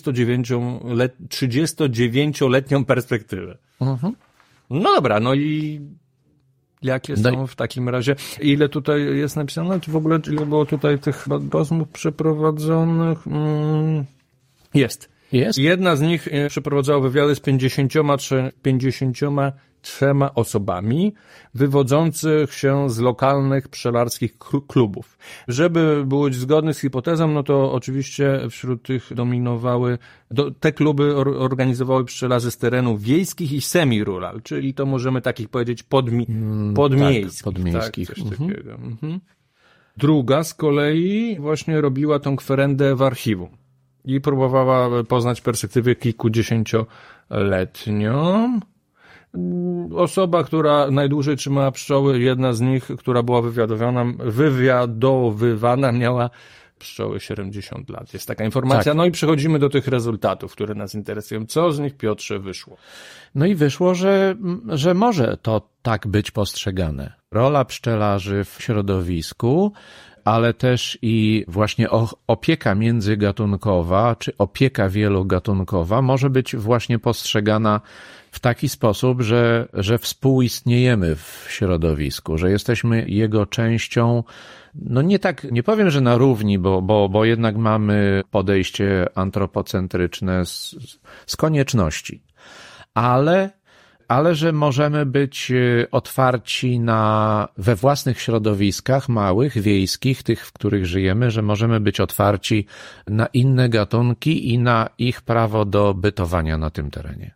Speaker 1: trzydziestodziewięcioletnią perspektywę. Mhm. No dobra, no i jakie są no. w takim razie, ile tutaj jest napisane, czy w ogóle ile było tutaj tych rozmów przeprowadzonych? Mm, jest.
Speaker 2: Jest.
Speaker 1: Jedna z nich przeprowadzała wywiady z pięćdziesięcioma trzema osobami wywodzących się z lokalnych pszczelarskich klubów. Żeby być zgodny z hipotezą, no to oczywiście wśród tych dominowały, do, te kluby or, organizowały pszczelarzy z terenów wiejskich i semi-rural, czyli to możemy takich powiedzieć podmi, podmiejskich.
Speaker 2: Tak, podmiejskich.
Speaker 1: Tak, coś mhm. takiego. Mhm. Druga z kolei właśnie robiła tą kwerendę w archiwum i próbowała poznać perspektywę kilkudziesięcioletnią. Osoba, która najdłużej trzymała pszczoły, jedna z nich, która była wywiadowana, wywiadowywana, miała pszczoły siedemdziesiąt lat. Jest taka informacja. Tak. No i przechodzimy do tych rezultatów, które nas interesują. Co z nich, Piotrze, wyszło?
Speaker 2: No i wyszło, że, że może to tak być postrzegane. Rola pszczelarzy w środowisku, ale też i właśnie opieka międzygatunkowa, czy opieka wielogatunkowa może być właśnie postrzegana w taki sposób, że, że współistniejemy w środowisku, że jesteśmy jego częścią, no nie tak, nie powiem, że na równi, bo, bo, bo jednak mamy podejście antropocentryczne z, z konieczności, ale ale że możemy być otwarci na, we własnych środowiskach małych, wiejskich, tych, w których żyjemy, że możemy być otwarci na inne gatunki i na ich prawo do bytowania na tym terenie.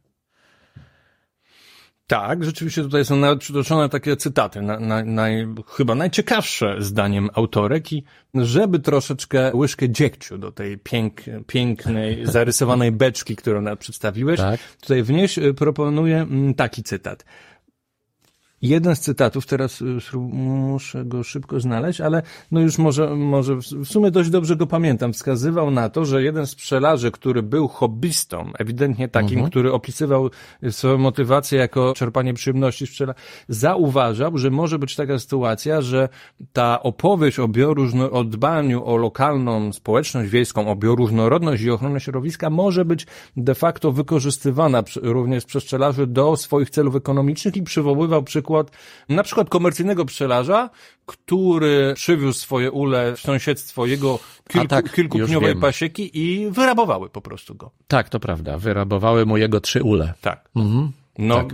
Speaker 1: Tak, rzeczywiście tutaj są nawet przytoczone takie cytaty, na, na, naj, chyba najciekawsze zdaniem autorek i żeby troszeczkę łyżkę dziegciu do tej pięk, pięknej, zarysowanej beczki, którą nam przedstawiłeś, tak. Tutaj wnieść proponuję taki cytat. Jeden z cytatów, teraz muszę go szybko znaleźć, ale no już może, może w sumie dość dobrze go pamiętam, wskazywał na to, że jeden z pszczelarzy, który był hobbystą, ewidentnie takim, mhm. który opisywał swoją motywację jako czerpanie przyjemności z pszczela, zauważał, że może być taka sytuacja, że ta opowieść o bioróżno, o dbaniu o lokalną społeczność wiejską, o bioróżnorodność i ochronę środowiska może być de facto wykorzystywana również przez pszczelarzy do swoich celów ekonomicznych i przywoływał przykład na przykład komercyjnego pszczelarza, który przywiózł swoje ule w sąsiedztwo jego kilku, tak, kilkudniowej pasieki i wyrabowały po prostu go.
Speaker 2: Tak, to prawda. Wyrabowały mu jego trzy ule.
Speaker 1: Tak. Mhm. No. Tak.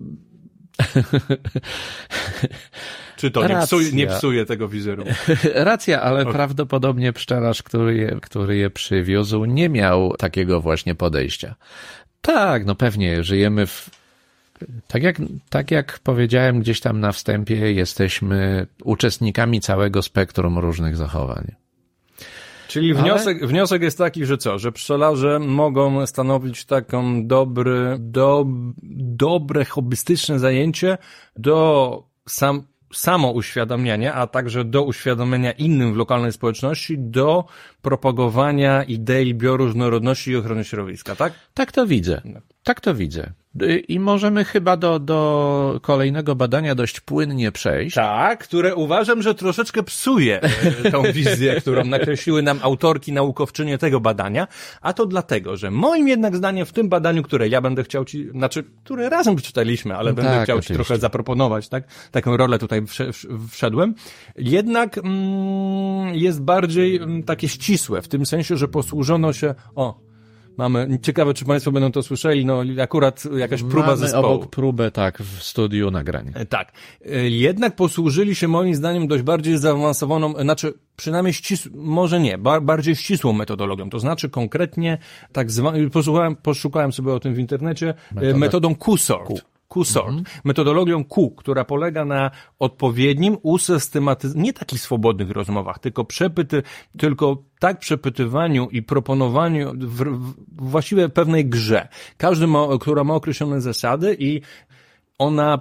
Speaker 1: Czy to nie psuje, nie psuje tego wizerunku?
Speaker 2: Racja, ale okay. prawdopodobnie pszczelarz, który je, który je przywiózł, nie miał takiego właśnie podejścia. Tak, no pewnie żyjemy w Tak jak, tak jak powiedziałem gdzieś tam na wstępie, jesteśmy uczestnikami całego spektrum różnych zachowań.
Speaker 1: Czyli wniosek, Ale... wniosek jest taki, że co? Że pszczelarze mogą stanowić taką dobry, do, dobre hobbystyczne zajęcie do sam, samouświadamiania, a także do uświadomienia innym w lokalnej społeczności, do propagowania idei bioróżnorodności i ochrony środowiska, tak?
Speaker 2: Tak to widzę. Tak to widzę. I możemy chyba do, do kolejnego badania dość płynnie przejść.
Speaker 1: Tak, które uważam, że troszeczkę psuje tą wizję, którą nakreśliły nam autorki, naukowczynie tego badania, a to dlatego, że moim jednak zdaniem w tym badaniu, które ja będę chciał ci, znaczy, które razem przeczytaliśmy, ale no będę tak, chciał oczywiście. ci trochę zaproponować, tak? Taką rolę tutaj wszedłem. Jednak mm, jest bardziej mm, takie ścisłe, w tym sensie, że posłużono się, o, Mamy, ciekawe, czy państwo będą to słyszeli, no akurat jakaś próba
Speaker 2: Mamy
Speaker 1: zespołu.
Speaker 2: obok próbę, tak, w studiu nagrań.
Speaker 1: Tak. Jednak posłużyli się moim zdaniem dość bardziej zaawansowaną, znaczy przynajmniej ścisł, może nie, bar, bardziej ścisłą metodologią. To znaczy konkretnie tak zwaną, poszukałem, poszukałem sobie o tym w internecie, Metoda. metodą Q-sort. Q. Q-sort. Mhm. Metodologią Q, która polega na odpowiednim usystematyzowaniu, nie takich swobodnych rozmowach, tylko przepyty, tylko tak przepytywaniu i proponowaniu w, w właściwie pewnej grze. Każdy ma, która ma określone zasady i ona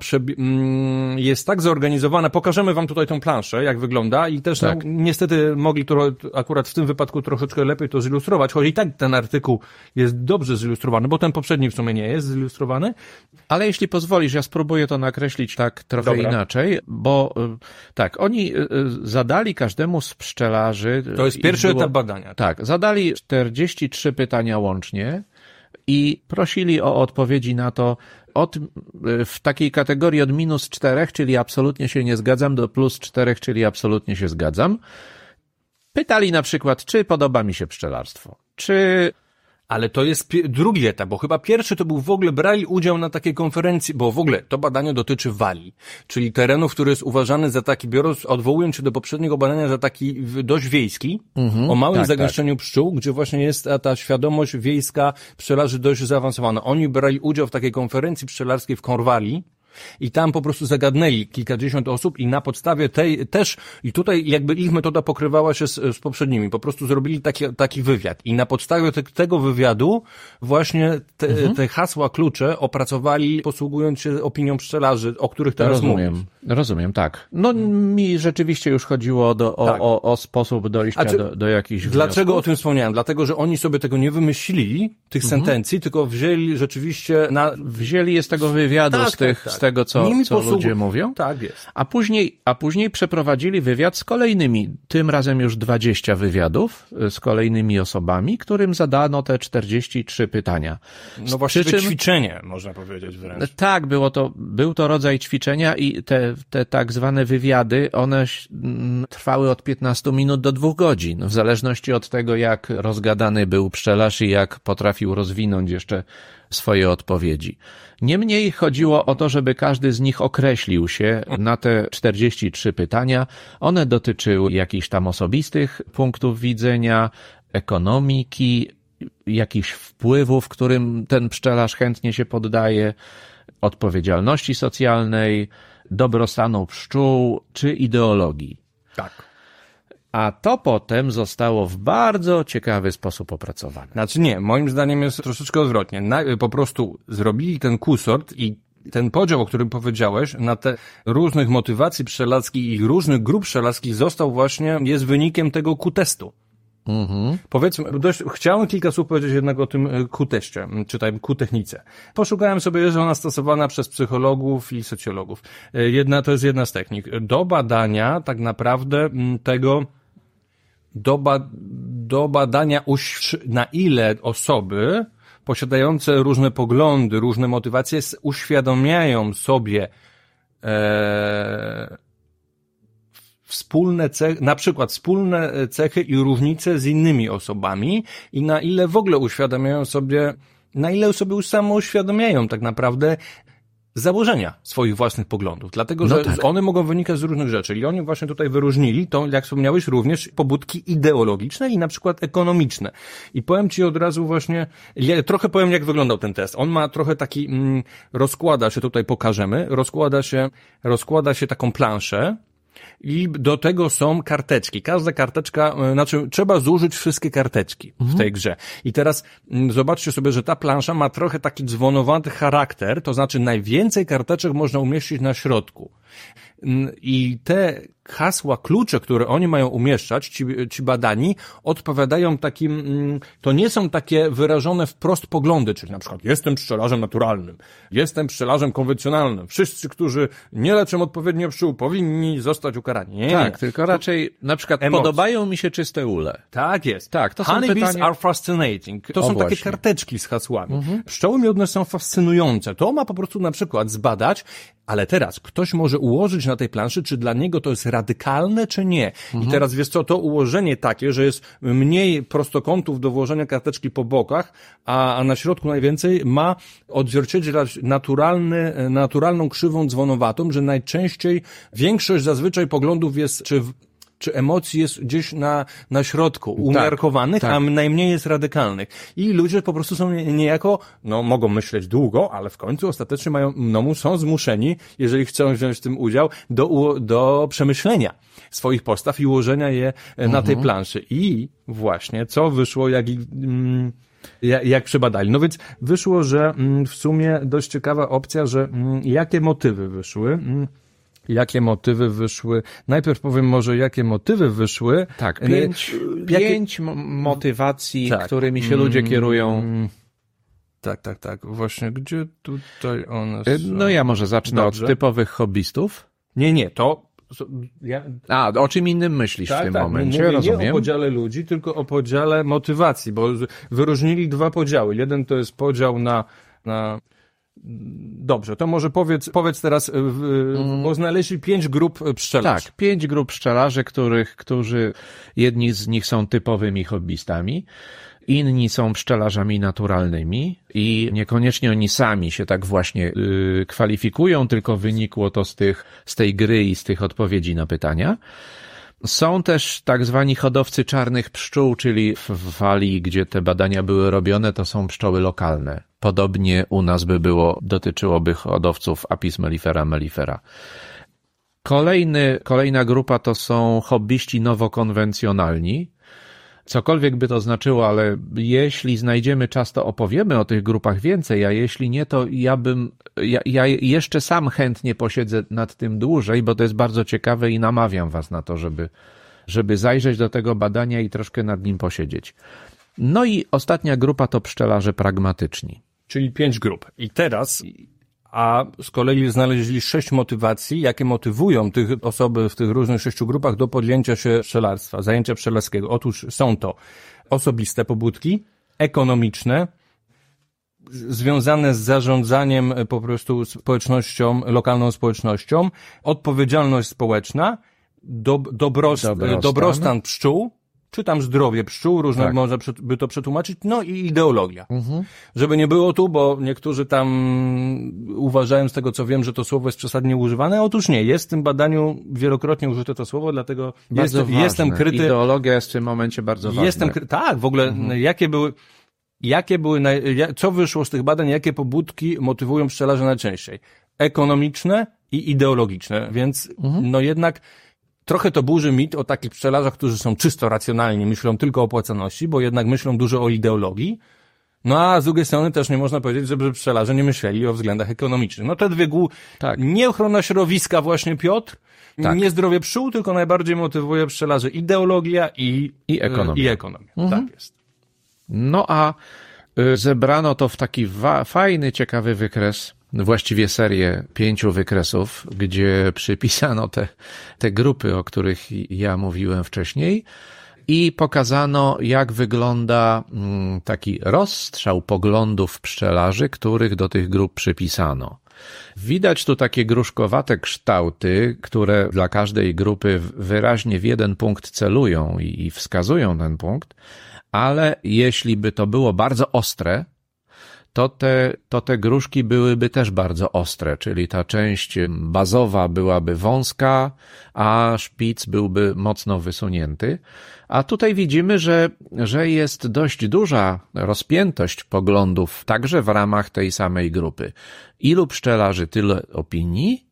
Speaker 1: jest tak zorganizowana, pokażemy wam tutaj tą planszę, jak wygląda i też tak. no, niestety mogli to akurat w tym wypadku troszeczkę lepiej to zilustrować, choć i tak ten artykuł jest dobrze zilustrowany, bo ten poprzedni w sumie nie jest zilustrowany.
Speaker 2: Ale jeśli pozwolisz, ja spróbuję to nakreślić tak trochę Dobra. inaczej, bo tak, oni zadali każdemu z pszczelarzy...
Speaker 1: To jest pierwszy było, etap badania.
Speaker 2: Tak, zadali czterdzieści trzy pytania łącznie i prosili o odpowiedzi na to od, w takiej kategorii od minus czterech, czyli absolutnie się nie zgadzam, do plus czterech, czyli absolutnie się zgadzam. Pytali na przykład, czy podoba mi się pszczelarstwo, czy...
Speaker 1: Ale to jest drugi etap, bo chyba pierwszy to był w ogóle, brali udział na takiej konferencji, bo w ogóle to badanie dotyczy Walii, czyli terenu, który jest uważany za taki, biorąc, odwołując się do poprzedniego badania, za taki dość wiejski, mm-hmm, o małym tak, zagęszczeniu tak. pszczół, gdzie właśnie jest ta, ta świadomość wiejska pszczelarzy dość zaawansowana. Oni brali udział w takiej konferencji pszczelarskiej w Cornwalli, i tam po prostu zagadnęli kilkadziesiąt osób i na podstawie tej też, i tutaj jakby ich metoda pokrywała się z, z poprzednimi, po prostu zrobili taki, taki wywiad i na podstawie te, tego wywiadu właśnie te, mhm. te hasła klucze opracowali, posługując się opinią pszczelarzy, o których teraz
Speaker 2: rozumiem,
Speaker 1: mówisz.
Speaker 2: Rozumiem, tak. No mi rzeczywiście już chodziło do, o, tak. o, o sposób dojścia czy, do, do jakichś
Speaker 1: Dlaczego
Speaker 2: wniosków?
Speaker 1: o tym wspomniałem? Dlatego, że oni sobie tego nie wymyślili, tych mhm. sentencji, tylko wzięli rzeczywiście na...
Speaker 2: Wzięli je z tego wywiadu, tak, z tych tak, tak. tego, co, co posług... ludzie mówią.
Speaker 1: Tak jest.
Speaker 2: A później, a później przeprowadzili wywiad z kolejnymi, tym razem już dwadzieścia wywiadów z kolejnymi osobami, którym zadano te czterdzieści trzy pytania.
Speaker 1: No właściwie czym... ćwiczenie, można powiedzieć wręcz.
Speaker 2: Tak, było to, był to rodzaj ćwiczenia i te, te tak zwane wywiady, one trwały od piętnastu minut do dwóch godzin, w zależności od tego, jak rozgadany był pszczelarz i jak potrafił rozwinąć jeszcze swoje odpowiedzi. Niemniej chodziło o to, żeby każdy z nich określił się na te czterdzieści trzy pytania. One dotyczyły jakichś tam osobistych punktów widzenia, ekonomiki, jakichś wpływów, którym ten pszczelarz chętnie się poddaje, odpowiedzialności socjalnej, dobrostanu pszczół czy ideologii.
Speaker 1: Tak.
Speaker 2: A to potem zostało w bardzo ciekawy sposób opracowane.
Speaker 1: Znaczy nie, moim zdaniem jest troszeczkę odwrotnie. Na, po prostu zrobili ten Q-sort i ten podział, o którym powiedziałeś, na te różnych motywacji pszczelackich i różnych grup pszczelackich został właśnie, jest wynikiem tego Q-testu. Mhm. Powiedzmy, dość, chciałem kilka słów powiedzieć jednak o tym Q-teście, czy tam Q-technice. Poszukałem sobie, jest ona stosowana przez psychologów i socjologów. Jedna, to jest jedna z technik. Do badania tak naprawdę tego, do, ba, do badania uś, na ile osoby posiadające różne poglądy, różne motywacje uświadamiają sobie e, wspólne cechy, na przykład wspólne cechy i różnice z innymi osobami i na ile w ogóle uświadamiają sobie, na ile sobie samouświadamiają tak naprawdę założenia swoich własnych poglądów, dlatego że no tak. one mogą wynikać z różnych rzeczy i oni właśnie tutaj wyróżnili to, jak wspomniałeś, również pobudki ideologiczne i na przykład ekonomiczne. I powiem ci od razu właśnie, ja trochę powiem, jak wyglądał ten test. On ma trochę taki, mm, rozkłada się, tutaj pokażemy, rozkłada się, rozkłada się taką planszę, i do tego są karteczki. Każda karteczka, znaczy trzeba zużyć wszystkie karteczki w mhm. tej grze. I teraz zobaczcie sobie, że ta plansza ma trochę taki dzwonowaty charakter, to znaczy najwięcej karteczek można umieścić na środku. I te hasła, klucze, które oni mają umieszczać, ci, ci badani, odpowiadają takim, to nie są takie wyrażone wprost poglądy, czyli na przykład jestem pszczelarzem naturalnym, jestem pszczelarzem konwencjonalnym, wszyscy, którzy nie leczą odpowiednio pszczół, powinni zostać ukarani. Nie,
Speaker 2: tak,
Speaker 1: nie.
Speaker 2: tylko raczej na przykład emocje. Podobają mi się czyste ule.
Speaker 1: Tak jest.
Speaker 2: Tak, to są
Speaker 1: Honeybees
Speaker 2: pytania...
Speaker 1: are fascinating. To
Speaker 2: o,
Speaker 1: są
Speaker 2: właśnie.
Speaker 1: takie karteczki z hasłami.
Speaker 2: Mhm.
Speaker 1: Pszczoły miodne są fascynujące. To ma po prostu na przykład zbadać, Ale teraz ktoś może ułożyć na tej planszy, czy dla niego to jest radykalne, czy nie. Mhm. I teraz wiesz co, to ułożenie takie, że jest mniej prostokątów do włożenia karteczki po bokach, a, a na środku najwięcej, ma odzwierciedlać naturalny, naturalną krzywą dzwonowatą, że najczęściej większość zazwyczaj poglądów jest, czy w, czy emocji jest gdzieś na, na środku, umiarkowanych, tak, tak. a najmniej jest radykalnych. I ludzie po prostu są niejako, no mogą myśleć długo, ale w końcu ostatecznie mają, no są zmuszeni, jeżeli chcą wziąć w tym udział, do, do przemyślenia swoich postaw i ułożenia je mhm. na tej planszy. I właśnie, co wyszło, jak, jak, jak przebadali. No więc wyszło, że w sumie dość ciekawa opcja, że jakie motywy wyszły. Jakie motywy wyszły? Najpierw powiem może, jakie motywy wyszły.
Speaker 2: Tak, pięć, jakie... pięć motywacji, tak. którymi się ludzie kierują.
Speaker 1: Tak, tak, tak. Właśnie, gdzie tutaj one są?
Speaker 2: No ja może zacznę Dobrze. od typowych hobbystów.
Speaker 1: Nie, nie, to... Ja...
Speaker 2: A, o czym innym myślisz tak, w tym
Speaker 1: tak,
Speaker 2: momencie,
Speaker 1: mówię
Speaker 2: rozumiem.
Speaker 1: Nie o podziale ludzi, tylko o podziale motywacji, bo wyróżnili dwa podziały. Jeden to jest podział na... na... Dobrze, to może powiedz, powiedz teraz, bo znaleźli pięć grup pszczelarzy.
Speaker 2: Tak, pięć grup pszczelarzy, których, którzy, jedni z nich są typowymi hobbystami, inni są pszczelarzami naturalnymi i niekoniecznie oni sami się tak właśnie yy, kwalifikują, tylko wynikło to z tych, z tej gry i z tych odpowiedzi na pytania. Są też tak zwani hodowcy czarnych pszczół, czyli w Walii, gdzie te badania były robione, to są pszczoły lokalne. Podobnie u nas by było, dotyczyłoby hodowców Apis mellifera mellifera. Kolejny, kolejna grupa to są hobbyści nowokonwencjonalni. Cokolwiek by to znaczyło, ale jeśli znajdziemy czas, to opowiemy o tych grupach więcej, a jeśli nie, to ja bym, ja, ja jeszcze sam chętnie posiedzę nad tym dłużej, bo to jest bardzo ciekawe i namawiam was na to, żeby, żeby zajrzeć do tego badania i troszkę nad nim posiedzieć. No i ostatnia grupa to pszczelarze pragmatyczni.
Speaker 1: Czyli pięć grup. I teraz, a z kolei znaleźli sześć motywacji, jakie motywują tych osoby w tych różnych sześciu grupach do podjęcia się pszczelarstwa, zajęcia pszczelarskiego. Otóż są to osobiste pobudki, ekonomiczne, związane z zarządzaniem po prostu społecznością, lokalną społecznością, odpowiedzialność społeczna, do, dobrostan, dobrostan. dobrostan pszczół, czy tam zdrowie pszczół, różne tak. można by to przetłumaczyć, no i ideologia. Mhm. Żeby nie było tu, bo niektórzy tam uważają z tego, co wiem, że to słowo jest przesadnie używane. Otóż nie, jest w tym badaniu wielokrotnie użyte to słowo, dlatego
Speaker 2: bardzo
Speaker 1: jestem, jestem kryty.
Speaker 2: Ideologia jest w tym momencie bardzo ważna.
Speaker 1: Jestem kry... Tak, w ogóle mhm. jakie były, jakie były, naj... co wyszło z tych badań, jakie pobudki motywują pszczelarzy najczęściej? Ekonomiczne i ideologiczne, więc mhm. no jednak trochę to burzy mit o takich pszczelarzach, którzy są czysto racjonalni, myślą tylko o opłacalności, bo jednak myślą dużo o ideologii. No a z drugiej strony też nie można powiedzieć, żeby pszczelarze nie myśleli o względach ekonomicznych. No te dwie głu... Tak. Nie ochrona środowiska właśnie, Piotr, tak. nie zdrowie pszczół, tylko najbardziej motywuje pszczelarzy ideologia i,
Speaker 2: I ekonomia.
Speaker 1: I ekonomia. Mhm. Tak jest.
Speaker 2: No a zebrano to w taki wa- fajny, ciekawy wykres, właściwie serię pięciu wykresów, gdzie przypisano te, te grupy, o których ja mówiłem wcześniej i pokazano, jak wygląda taki rozstrzał poglądów pszczelarzy, których do tych grup przypisano. Widać tu takie gruszkowate kształty, które dla każdej grupy wyraźnie w jeden punkt celują i wskazują ten punkt, ale jeśli by to było bardzo ostre, to te, to te gruszki byłyby też bardzo ostre, czyli ta część bazowa byłaby wąska, a szpic byłby mocno wysunięty. A tutaj widzimy, że, że jest dość duża rozpiętość poglądów także w ramach tej samej grupy. Ilu pszczelarzy, tyle opinii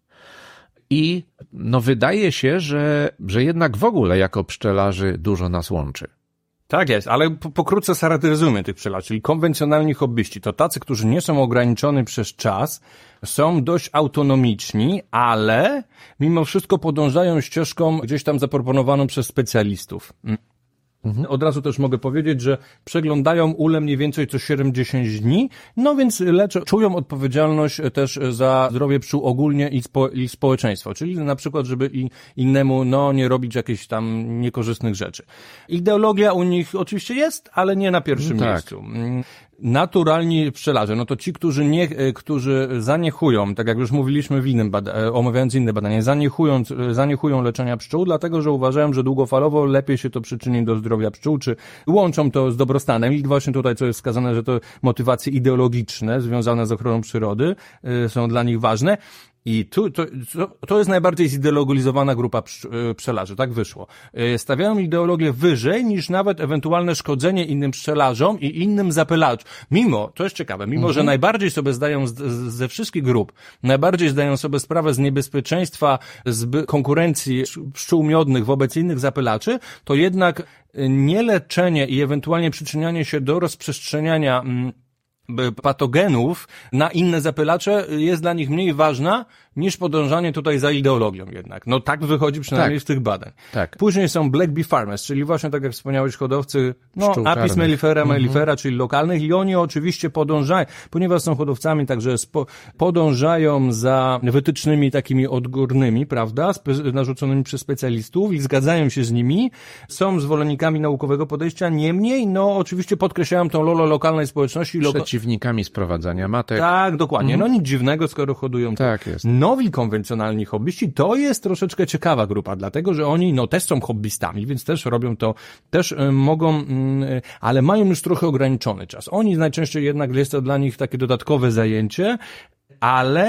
Speaker 2: i no wydaje się, że, że jednak w ogóle jako pszczelarzy dużo nas łączy.
Speaker 1: Tak jest, ale pokrótce charakteryzujmy tych pszczelarzy, czyli konwencjonalni hobbyści. To tacy, którzy nie są ograniczoni przez czas, są dość autonomiczni, ale mimo wszystko podążają ścieżką gdzieś tam zaproponowaną przez specjalistów. Mhm. Od razu też mogę powiedzieć, że przeglądają ule mniej więcej co siedem dziesięć dni, no więc leczą, czują odpowiedzialność też za zdrowie pszczół ogólnie i, spo, i społeczeństwo, czyli na przykład, żeby i innemu no nie robić jakichś tam niekorzystnych rzeczy. Ideologia u nich oczywiście jest, ale nie na pierwszym
Speaker 2: tak.
Speaker 1: miejscu. naturalni pszczelarze, no to ci, którzy nie, którzy zaniechują, tak jak już mówiliśmy w innym bada- omawiając inne badania, zaniechują, zaniechują leczenia pszczół, dlatego, że uważają, że długofalowo lepiej się to przyczyni do zdrowia pszczół, czy łączą to z dobrostanem i właśnie tutaj, co jest wskazane, że to motywacje ideologiczne związane z ochroną przyrody y, są dla nich ważne. I tu, to, to jest najbardziej zideologizowana grupa pszczelarzy, tak wyszło. Stawiają ideologię wyżej niż nawet ewentualne szkodzenie innym pszczelarzom i innym zapylaczom. Mimo, to jest ciekawe, mimo, mhm. że najbardziej sobie zdają z, z, ze wszystkich grup, najbardziej zdają sobie sprawę z niebezpieczeństwa, z konkurencji pszczół miodnych wobec innych zapylaczy, to jednak nieleczenie i ewentualnie przyczynianie się do rozprzestrzeniania patogenów na inne zapylacze jest dla nich mniej ważna niż podążanie tutaj za ideologią jednak. No tak wychodzi przynajmniej tak. z tych badań. Tak. Później są Black Bee Farmers, czyli właśnie tak jak wspomniałeś hodowcy no, Apis mellifera, mellifera, mm-hmm. czyli lokalnych i oni oczywiście podążają, ponieważ są hodowcami, także spo, podążają za wytycznymi takimi odgórnymi, prawda, spe- narzuconymi przez specjalistów i zgadzają się z nimi, są zwolennikami naukowego podejścia, niemniej no oczywiście podkreślają tą rolę lokalnej społeczności. Loka-
Speaker 2: Przeciwnikami sprowadzania matek.
Speaker 1: Tak, dokładnie. Mm-hmm. No nic dziwnego, skoro hodują.
Speaker 2: Tak jest.
Speaker 1: Nowi konwencjonalni hobbyści to jest troszeczkę ciekawa grupa, dlatego, że oni no też są hobbystami, więc też robią to, też y, mogą, y, ale mają już trochę ograniczony czas. Oni najczęściej jednak jest to dla nich takie dodatkowe zajęcie, ale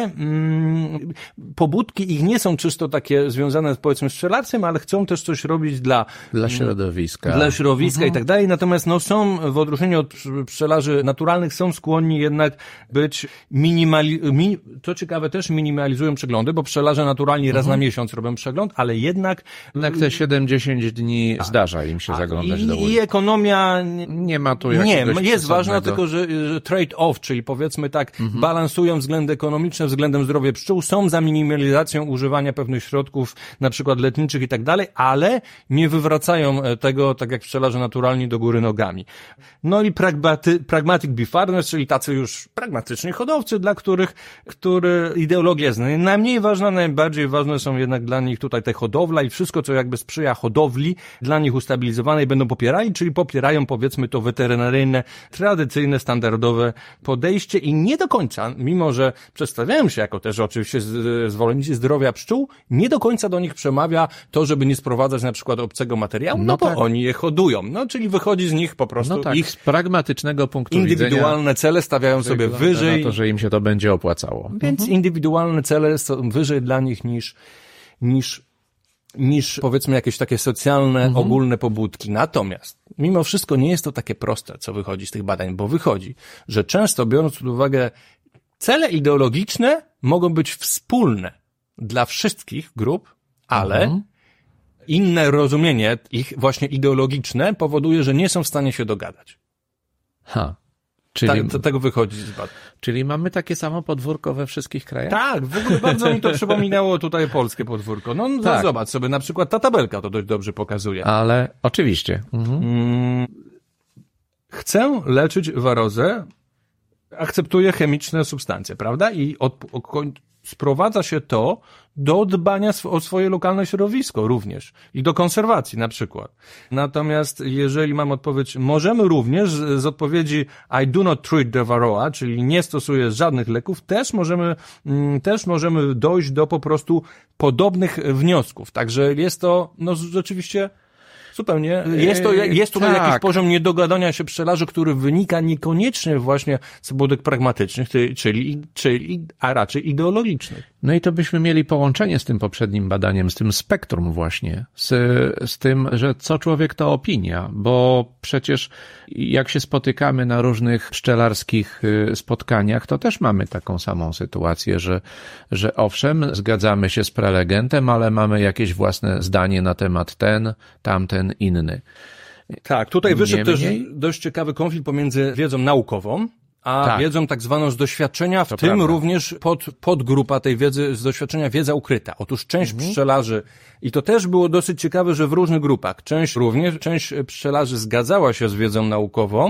Speaker 1: mm, pobudki ich nie są czysto takie związane z powiedzmy pszczelarstwem, ale chcą też coś robić dla
Speaker 2: dla środowiska.
Speaker 1: Dla środowiska mhm. i tak dalej. Natomiast no są, w odróżnieniu od pszczelarzy naturalnych, są skłonni jednak być minimali... Mi, to ciekawe, też minimalizują przeglądy, bo pszczelarze naturalnie mhm. raz na miesiąc robią przegląd, ale jednak...
Speaker 2: Jednak te siedem do dziesięciu dni a, zdarza im się a, zaglądać
Speaker 1: i,
Speaker 2: do uli.
Speaker 1: I ekonomia...
Speaker 2: Nie, nie ma tu
Speaker 1: jakiegoś
Speaker 2: jakiegoś
Speaker 1: Nie, jest ważna,
Speaker 2: przesadnego...
Speaker 1: tylko że, że trade-off, czyli powiedzmy tak, mhm. balansują względy ekonomiczne względem zdrowia pszczół, są za minimalizacją używania pewnych środków, na przykład leczniczych i tak dalej, ale nie wywracają tego, tak jak pszczelarze naturalni, do góry nogami. No i pragmaty, pragmatic bee farmers, czyli tacy już pragmatyczni hodowcy, dla których który ideologia jest najmniej ważna, najbardziej ważne są jednak dla nich tutaj te hodowla i wszystko, co jakby sprzyja hodowli, dla nich ustabilizowanej będą popierali, czyli popierają powiedzmy to weterynaryjne, tradycyjne, standardowe podejście i nie do końca, mimo że przedstawiają się jako też oczywiście zwolennicy zdrowia pszczół, nie do końca do nich przemawia to, żeby nie sprowadzać na przykład obcego materiału, no, no bo tak. oni je hodują. No, czyli wychodzi z nich po prostu
Speaker 2: no tak,
Speaker 1: ich
Speaker 2: z pragmatycznego punktu
Speaker 1: indywidualne
Speaker 2: widzenia
Speaker 1: cele stawiają sobie wyżej.
Speaker 2: Na to, że im się to będzie opłacało.
Speaker 1: Więc mhm. indywidualne cele są wyżej dla nich niż, niż, niż powiedzmy jakieś takie socjalne, mhm. ogólne pobudki. Natomiast mimo wszystko nie jest to takie proste, co wychodzi z tych badań, bo wychodzi, że często biorąc pod uwagę cele ideologiczne mogą być wspólne dla wszystkich grup, ale mhm. inne rozumienie ich właśnie ideologiczne powoduje, że nie są w stanie się dogadać.
Speaker 2: Ha. Czyli,
Speaker 1: Ta, tego wychodzi z badań.
Speaker 2: Czyli mamy takie samo podwórko we wszystkich krajach?
Speaker 1: Tak, w ogóle bardzo mi to przypominało tutaj polskie podwórko. No tak. Zobacz sobie, na przykład ta tabelka to dość dobrze pokazuje.
Speaker 2: Ale oczywiście. Mhm.
Speaker 1: Mm, chcę leczyć warozę, akceptuje chemiczne substancje, prawda? I od, od, sprowadza się to do dbania o swoje lokalne środowisko również i do konserwacji na przykład. Natomiast jeżeli mam odpowiedź, możemy również z, z odpowiedzi I do not treat the varroa, czyli nie stosuję żadnych leków, też możemy, mm, też możemy dojść do po prostu podobnych wniosków. Także jest to, no rzeczywiście zupełnie, jest to, jest tutaj tak. jakiś poziom niedogadania się pszczelarzy, który wynika niekoniecznie właśnie z pobudek pragmatycznych, czyli, czyli, a raczej ideologicznych.
Speaker 2: No i to byśmy mieli połączenie z tym poprzednim badaniem, z tym spektrum właśnie, z, z tym, że co człowiek to opinia, bo przecież jak się spotykamy na różnych pszczelarskich spotkaniach, to też mamy taką samą sytuację, że, że owszem, zgadzamy się z prelegentem, ale mamy jakieś własne zdanie na temat ten, tamten, inny.
Speaker 1: Tak, tutaj wyszedł też dość ciekawy konflikt pomiędzy wiedzą naukową, a tak. wiedzą tak zwaną z doświadczenia, w to tym prawda. również pod, podgrupa tej wiedzy z doświadczenia wiedza ukryta. Otóż część mhm. pszczelarzy, i to też było dosyć ciekawe, że w różnych grupach, część również, część pszczelarzy zgadzała się z wiedzą naukową,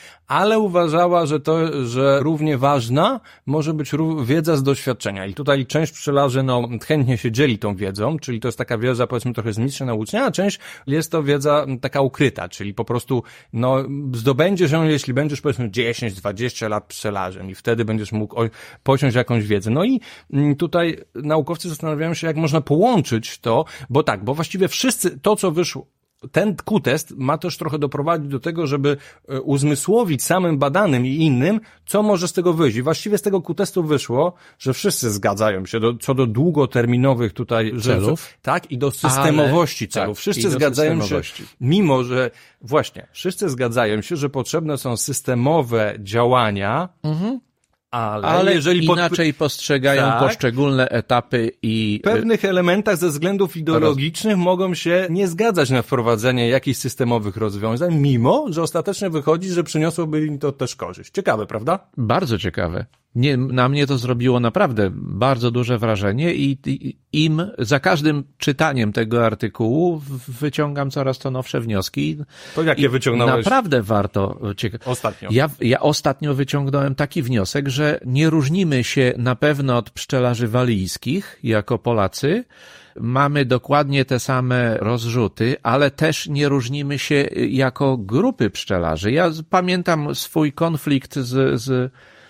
Speaker 1: ale uważała, że to, że równie ważna może być wiedza z doświadczenia. I tutaj część pszczelarzy, no, chętnie się dzieli tą wiedzą, czyli to jest taka wiedza, powiedzmy, trochę z mistrza na ucznia, a część jest to wiedza taka ukryta, czyli po prostu, no, zdobędziesz ją, jeśli będziesz, powiedzmy, dziesięć dwadzieścia lat pszczelarzem i wtedy będziesz mógł posiąść jakąś wiedzę. No i tutaj naukowcy zastanawiają się, jak można połączyć to, bo tak, bo właściwie wszyscy, to co wyszło, ten Q-test ma też trochę doprowadzić do tego, żeby uzmysłowić samym badanym i innym, co może z tego wyjść. I właściwie z tego Q-testu wyszło, że wszyscy zgadzają się do, co do długoterminowych tutaj
Speaker 2: celów,
Speaker 1: że, tak, i do systemowości
Speaker 2: ale,
Speaker 1: celów.
Speaker 2: Tak,
Speaker 1: wszyscy zgadzają się, mimo że, właśnie, wszyscy zgadzają się, że potrzebne są systemowe działania, mhm. Ale,
Speaker 2: Ale
Speaker 1: jeżeli
Speaker 2: inaczej pod... postrzegają tak, poszczególne etapy i...
Speaker 1: W pewnych elementach ze względów ideologicznych roz... mogą się nie zgadzać na wprowadzenie jakichś systemowych rozwiązań, mimo że ostatecznie wychodzi, że przyniosłoby im to też korzyść. Ciekawe, prawda?
Speaker 2: Bardzo ciekawe. Nie, na mnie to zrobiło naprawdę bardzo duże wrażenie i, i im za każdym czytaniem tego artykułu wyciągam coraz to nowsze wnioski.
Speaker 1: To jakie wyciągnąłeś?
Speaker 2: Naprawdę warto. Cieka-
Speaker 1: ostatnio.
Speaker 2: Ja, ja ostatnio wyciągnąłem taki wniosek, że nie różnimy się na pewno od pszczelarzy walijskich jako Polacy. Mamy dokładnie te same rozrzuty, ale też nie różnimy się jako grupy pszczelarzy. Ja pamiętam swój konflikt z, z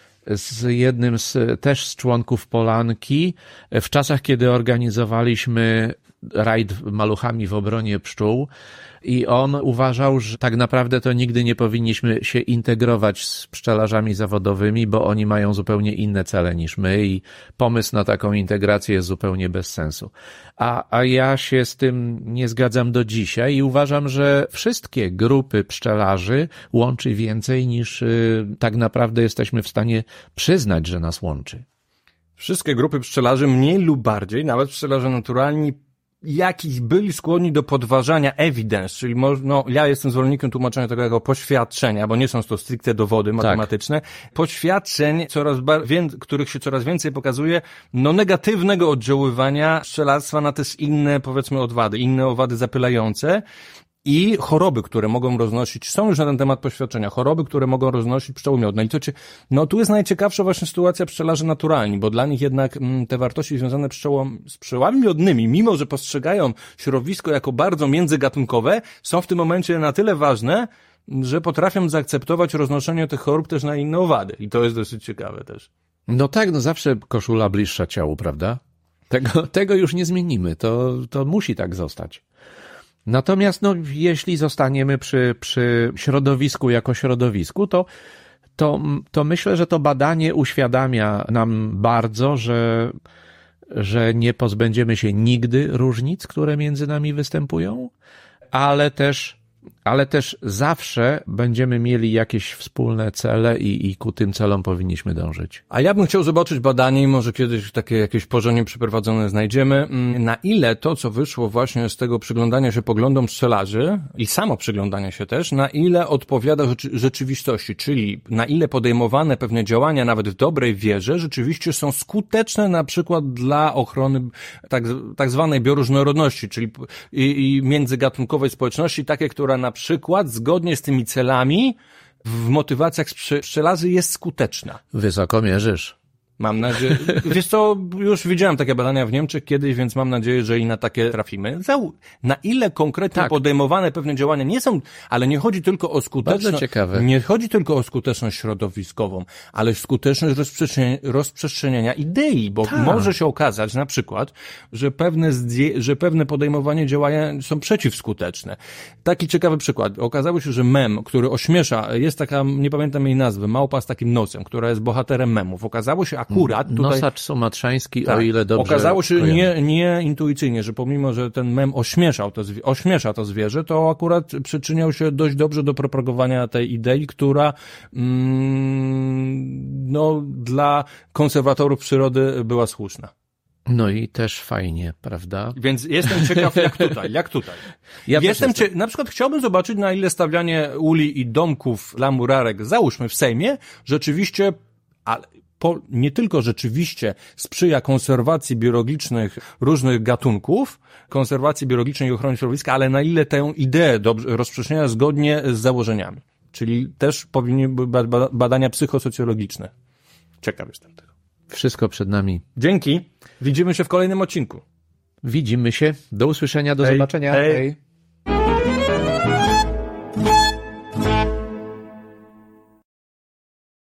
Speaker 2: z jednym z, też z członków Polanki w czasach, kiedy organizowaliśmy rajd maluchami w obronie pszczół i on uważał, że tak naprawdę to nigdy nie powinniśmy się integrować z pszczelarzami zawodowymi, bo oni mają zupełnie inne cele niż my i pomysł na taką integrację jest zupełnie bez sensu. A, a ja się z tym nie zgadzam do dzisiaj i uważam, że wszystkie grupy pszczelarzy łączy więcej niż y, tak naprawdę jesteśmy w stanie przyznać, że nas łączy.
Speaker 1: Wszystkie grupy pszczelarzy mniej lub bardziej, nawet pszczelarze naturalni, jakiś byli skłonni do podważania evidence, czyli no, ja jestem zwolennikiem tłumaczenia tego jako poświadczenia, bo nie są to stricte dowody matematyczne, tak. Poświadczeń, coraz bar- wię- których się coraz więcej pokazuje, no negatywnego oddziaływania pszczelarstwa na też inne, powiedzmy, odwady, inne owady zapylające, i choroby, które mogą roznosić, są już na ten temat poświadczenia, choroby, które mogą roznosić pszczoły miodne. I to, no tu jest najciekawsza właśnie sytuacja pszczelarzy naturalni, bo dla nich jednak m, te wartości związane pszczołą, z pszczołami miodnymi, mimo że postrzegają środowisko jako bardzo międzygatunkowe, są w tym momencie na tyle ważne, że potrafią zaakceptować roznoszenie tych chorób też na inne owady. I to jest dosyć ciekawe też.
Speaker 2: No tak, no zawsze koszula bliższa ciału, prawda? Tego, tego już nie zmienimy, to, to musi tak zostać. Natomiast no, jeśli zostaniemy przy, przy środowisku jako środowisku, to, to, to myślę, że to badanie uświadamia nam bardzo, że, że nie pozbędziemy się nigdy różnic, które między nami występują, ale też ale też zawsze będziemy mieli jakieś wspólne cele i, i ku tym celom powinniśmy dążyć.
Speaker 1: A ja bym chciał zobaczyć badanie i może kiedyś takie jakieś porządnie przeprowadzone znajdziemy, na ile to, co wyszło właśnie z tego przyglądania się poglądom pszczelarzy i samo przyglądania się też, na ile odpowiada rzeczy, rzeczywistości, czyli na ile podejmowane pewne działania nawet w dobrej wierze rzeczywiście są skuteczne na przykład dla ochrony tak, tak zwanej bioróżnorodności, czyli i, i międzygatunkowej społeczności, takie, która na przykład zgodnie z tymi celami w motywacjach pszczelarzy jest skuteczna.
Speaker 2: Wysoko mierzysz.
Speaker 1: Mam nadzieję, wiesz co, już widziałem takie badania w Niemczech kiedyś, więc mam nadzieję, że i na takie trafimy. Na ile konkretnie tak. podejmowane pewne działania nie są, ale nie chodzi tylko o skuteczność, nie chodzi tylko o skuteczność środowiskową, ale skuteczność rozprzestrzeniania, rozprzestrzeniania idei, bo tak. może się okazać na przykład, że pewne, zdję, że pewne podejmowanie działania są przeciwskuteczne. Taki ciekawy przykład. Okazało się, że mem, który ośmiesza, jest taka, nie pamiętam jej nazwy, małpa z takim nosem, która jest bohaterem memów. Okazało się akurat tutaj...
Speaker 2: Nosacz sumatrzański, tak, o ile dobrze...
Speaker 1: Okazało się nie, nie intuicyjnie, że pomimo, że ten mem ośmieszał to, ośmiesza to zwierzę, to akurat przyczyniał się dość dobrze do propagowania tej idei, która mm, no, dla konserwatorów przyrody była słuszna.
Speaker 2: No i też fajnie, prawda?
Speaker 1: Więc jestem ciekaw, jak tutaj, jak tutaj. Ja jestem, jestem. Cie... Na przykład chciałbym zobaczyć, na ile stawianie uli i domków dla murarek, załóżmy w Sejmie, rzeczywiście... Ale Po, nie tylko rzeczywiście sprzyja konserwacji biologicznych różnych gatunków, konserwacji biologicznej i ochrony środowiska, ale na ile tę ideę dobrze rozprzestrzenia zgodnie z założeniami. czyli też powinny być badania psychosocjologiczne. Ciekaw jestem tego.
Speaker 2: Wszystko przed nami.
Speaker 1: Dzięki. Widzimy się w kolejnym odcinku.
Speaker 2: Widzimy się. Do usłyszenia, do
Speaker 1: Hej.
Speaker 2: zobaczenia.
Speaker 1: Hej.
Speaker 2: Hej.